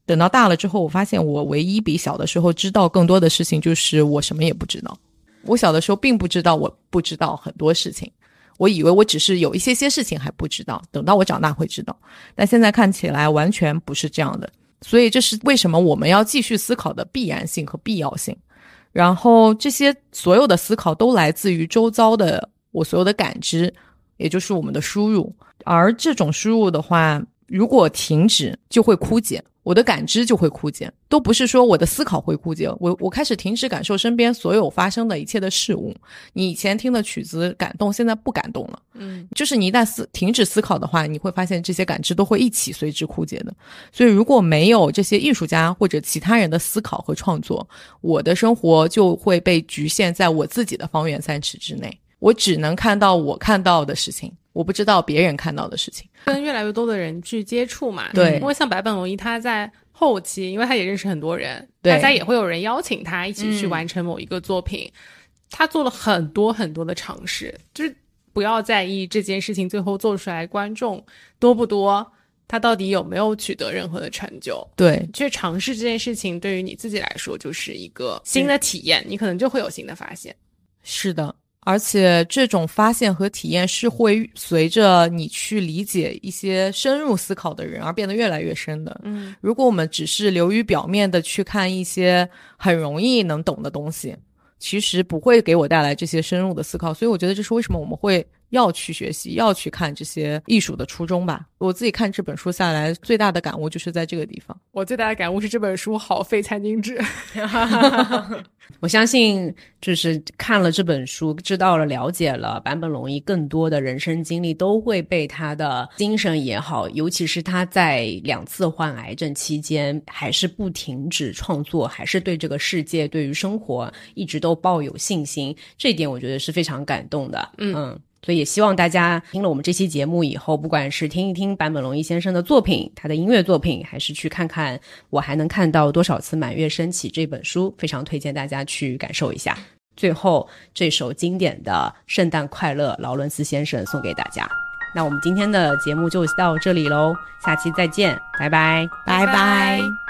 等到大了之后，我发现我唯一比小的时候知道更多的事情就是我什么也不知道。我小的时候并不知道我不知道很多事情，我以为我只是有一些事情还不知道，等到我长大会知道，但现在看起来完全不是这样的。所以这是为什么我们要继续思考的必然性和必要性。然后这些所有的思考都来自于周遭的我所有的感知，也就是我们的输入。而这种输入的话，如果停止就会枯竭，我的感知就会枯竭，都不是说我的思考会枯竭，我开始停止感受身边所有发生的一切的事物。你以前听的曲子感动，现在不感动了。就是你一旦停止思考的话，你会发现这些感知都会一起随之枯竭的。所以如果没有这些艺术家或者其他人的思考和创作，我的生活就会被局限在我自己的方圆3尺之内，我只能看到我看到的事情，我不知道别人看到的事情。 跟越来越多的人去接触嘛， 对， 因为像坂本龙一他在后期，因为他也认识很多人，大家也会有人邀请他一起去完成某一个作品，他做了很多很多的尝试，就是不要在意这件事情最后做出来观众多不多，他到底有没有取得任何的成就。 对， 去尝试这件事情对于你自己来说就是一个新的体验，你可能就会有新的发现。 是的，而且这种发现和体验是会随着你去理解一些深入思考的人而变得越来越深的。如果我们只是流于表面的去看一些很容易能懂的东西，其实不会给我带来这些深入的思考。所以我觉得这是为什么我们会要去学习，要去看这些艺术的初衷吧。我自己看这本书下来最大的感悟就是在这个地方。 我最大的感悟是这本书好费餐巾纸。 我相信就是看了这本书，知道了了解了坂本龙一更多的人生经历，都会被他的精神也好，尤其是他在2次患癌症期间还是不停止创作，还是对这个世界对于生活一直都抱有信心，这一点我觉得是非常感动的。所以也希望大家听了我们这期节目以后，不管是听一听坂本龙一先生的作品，他的音乐作品，还是去看看我还能看到多少次满月升起这本书，非常推荐大家去感受一下。最后这首经典的圣诞快乐劳伦斯先生送给大家。那我们今天的节目就到这里咯，下期再见，拜拜， 拜拜。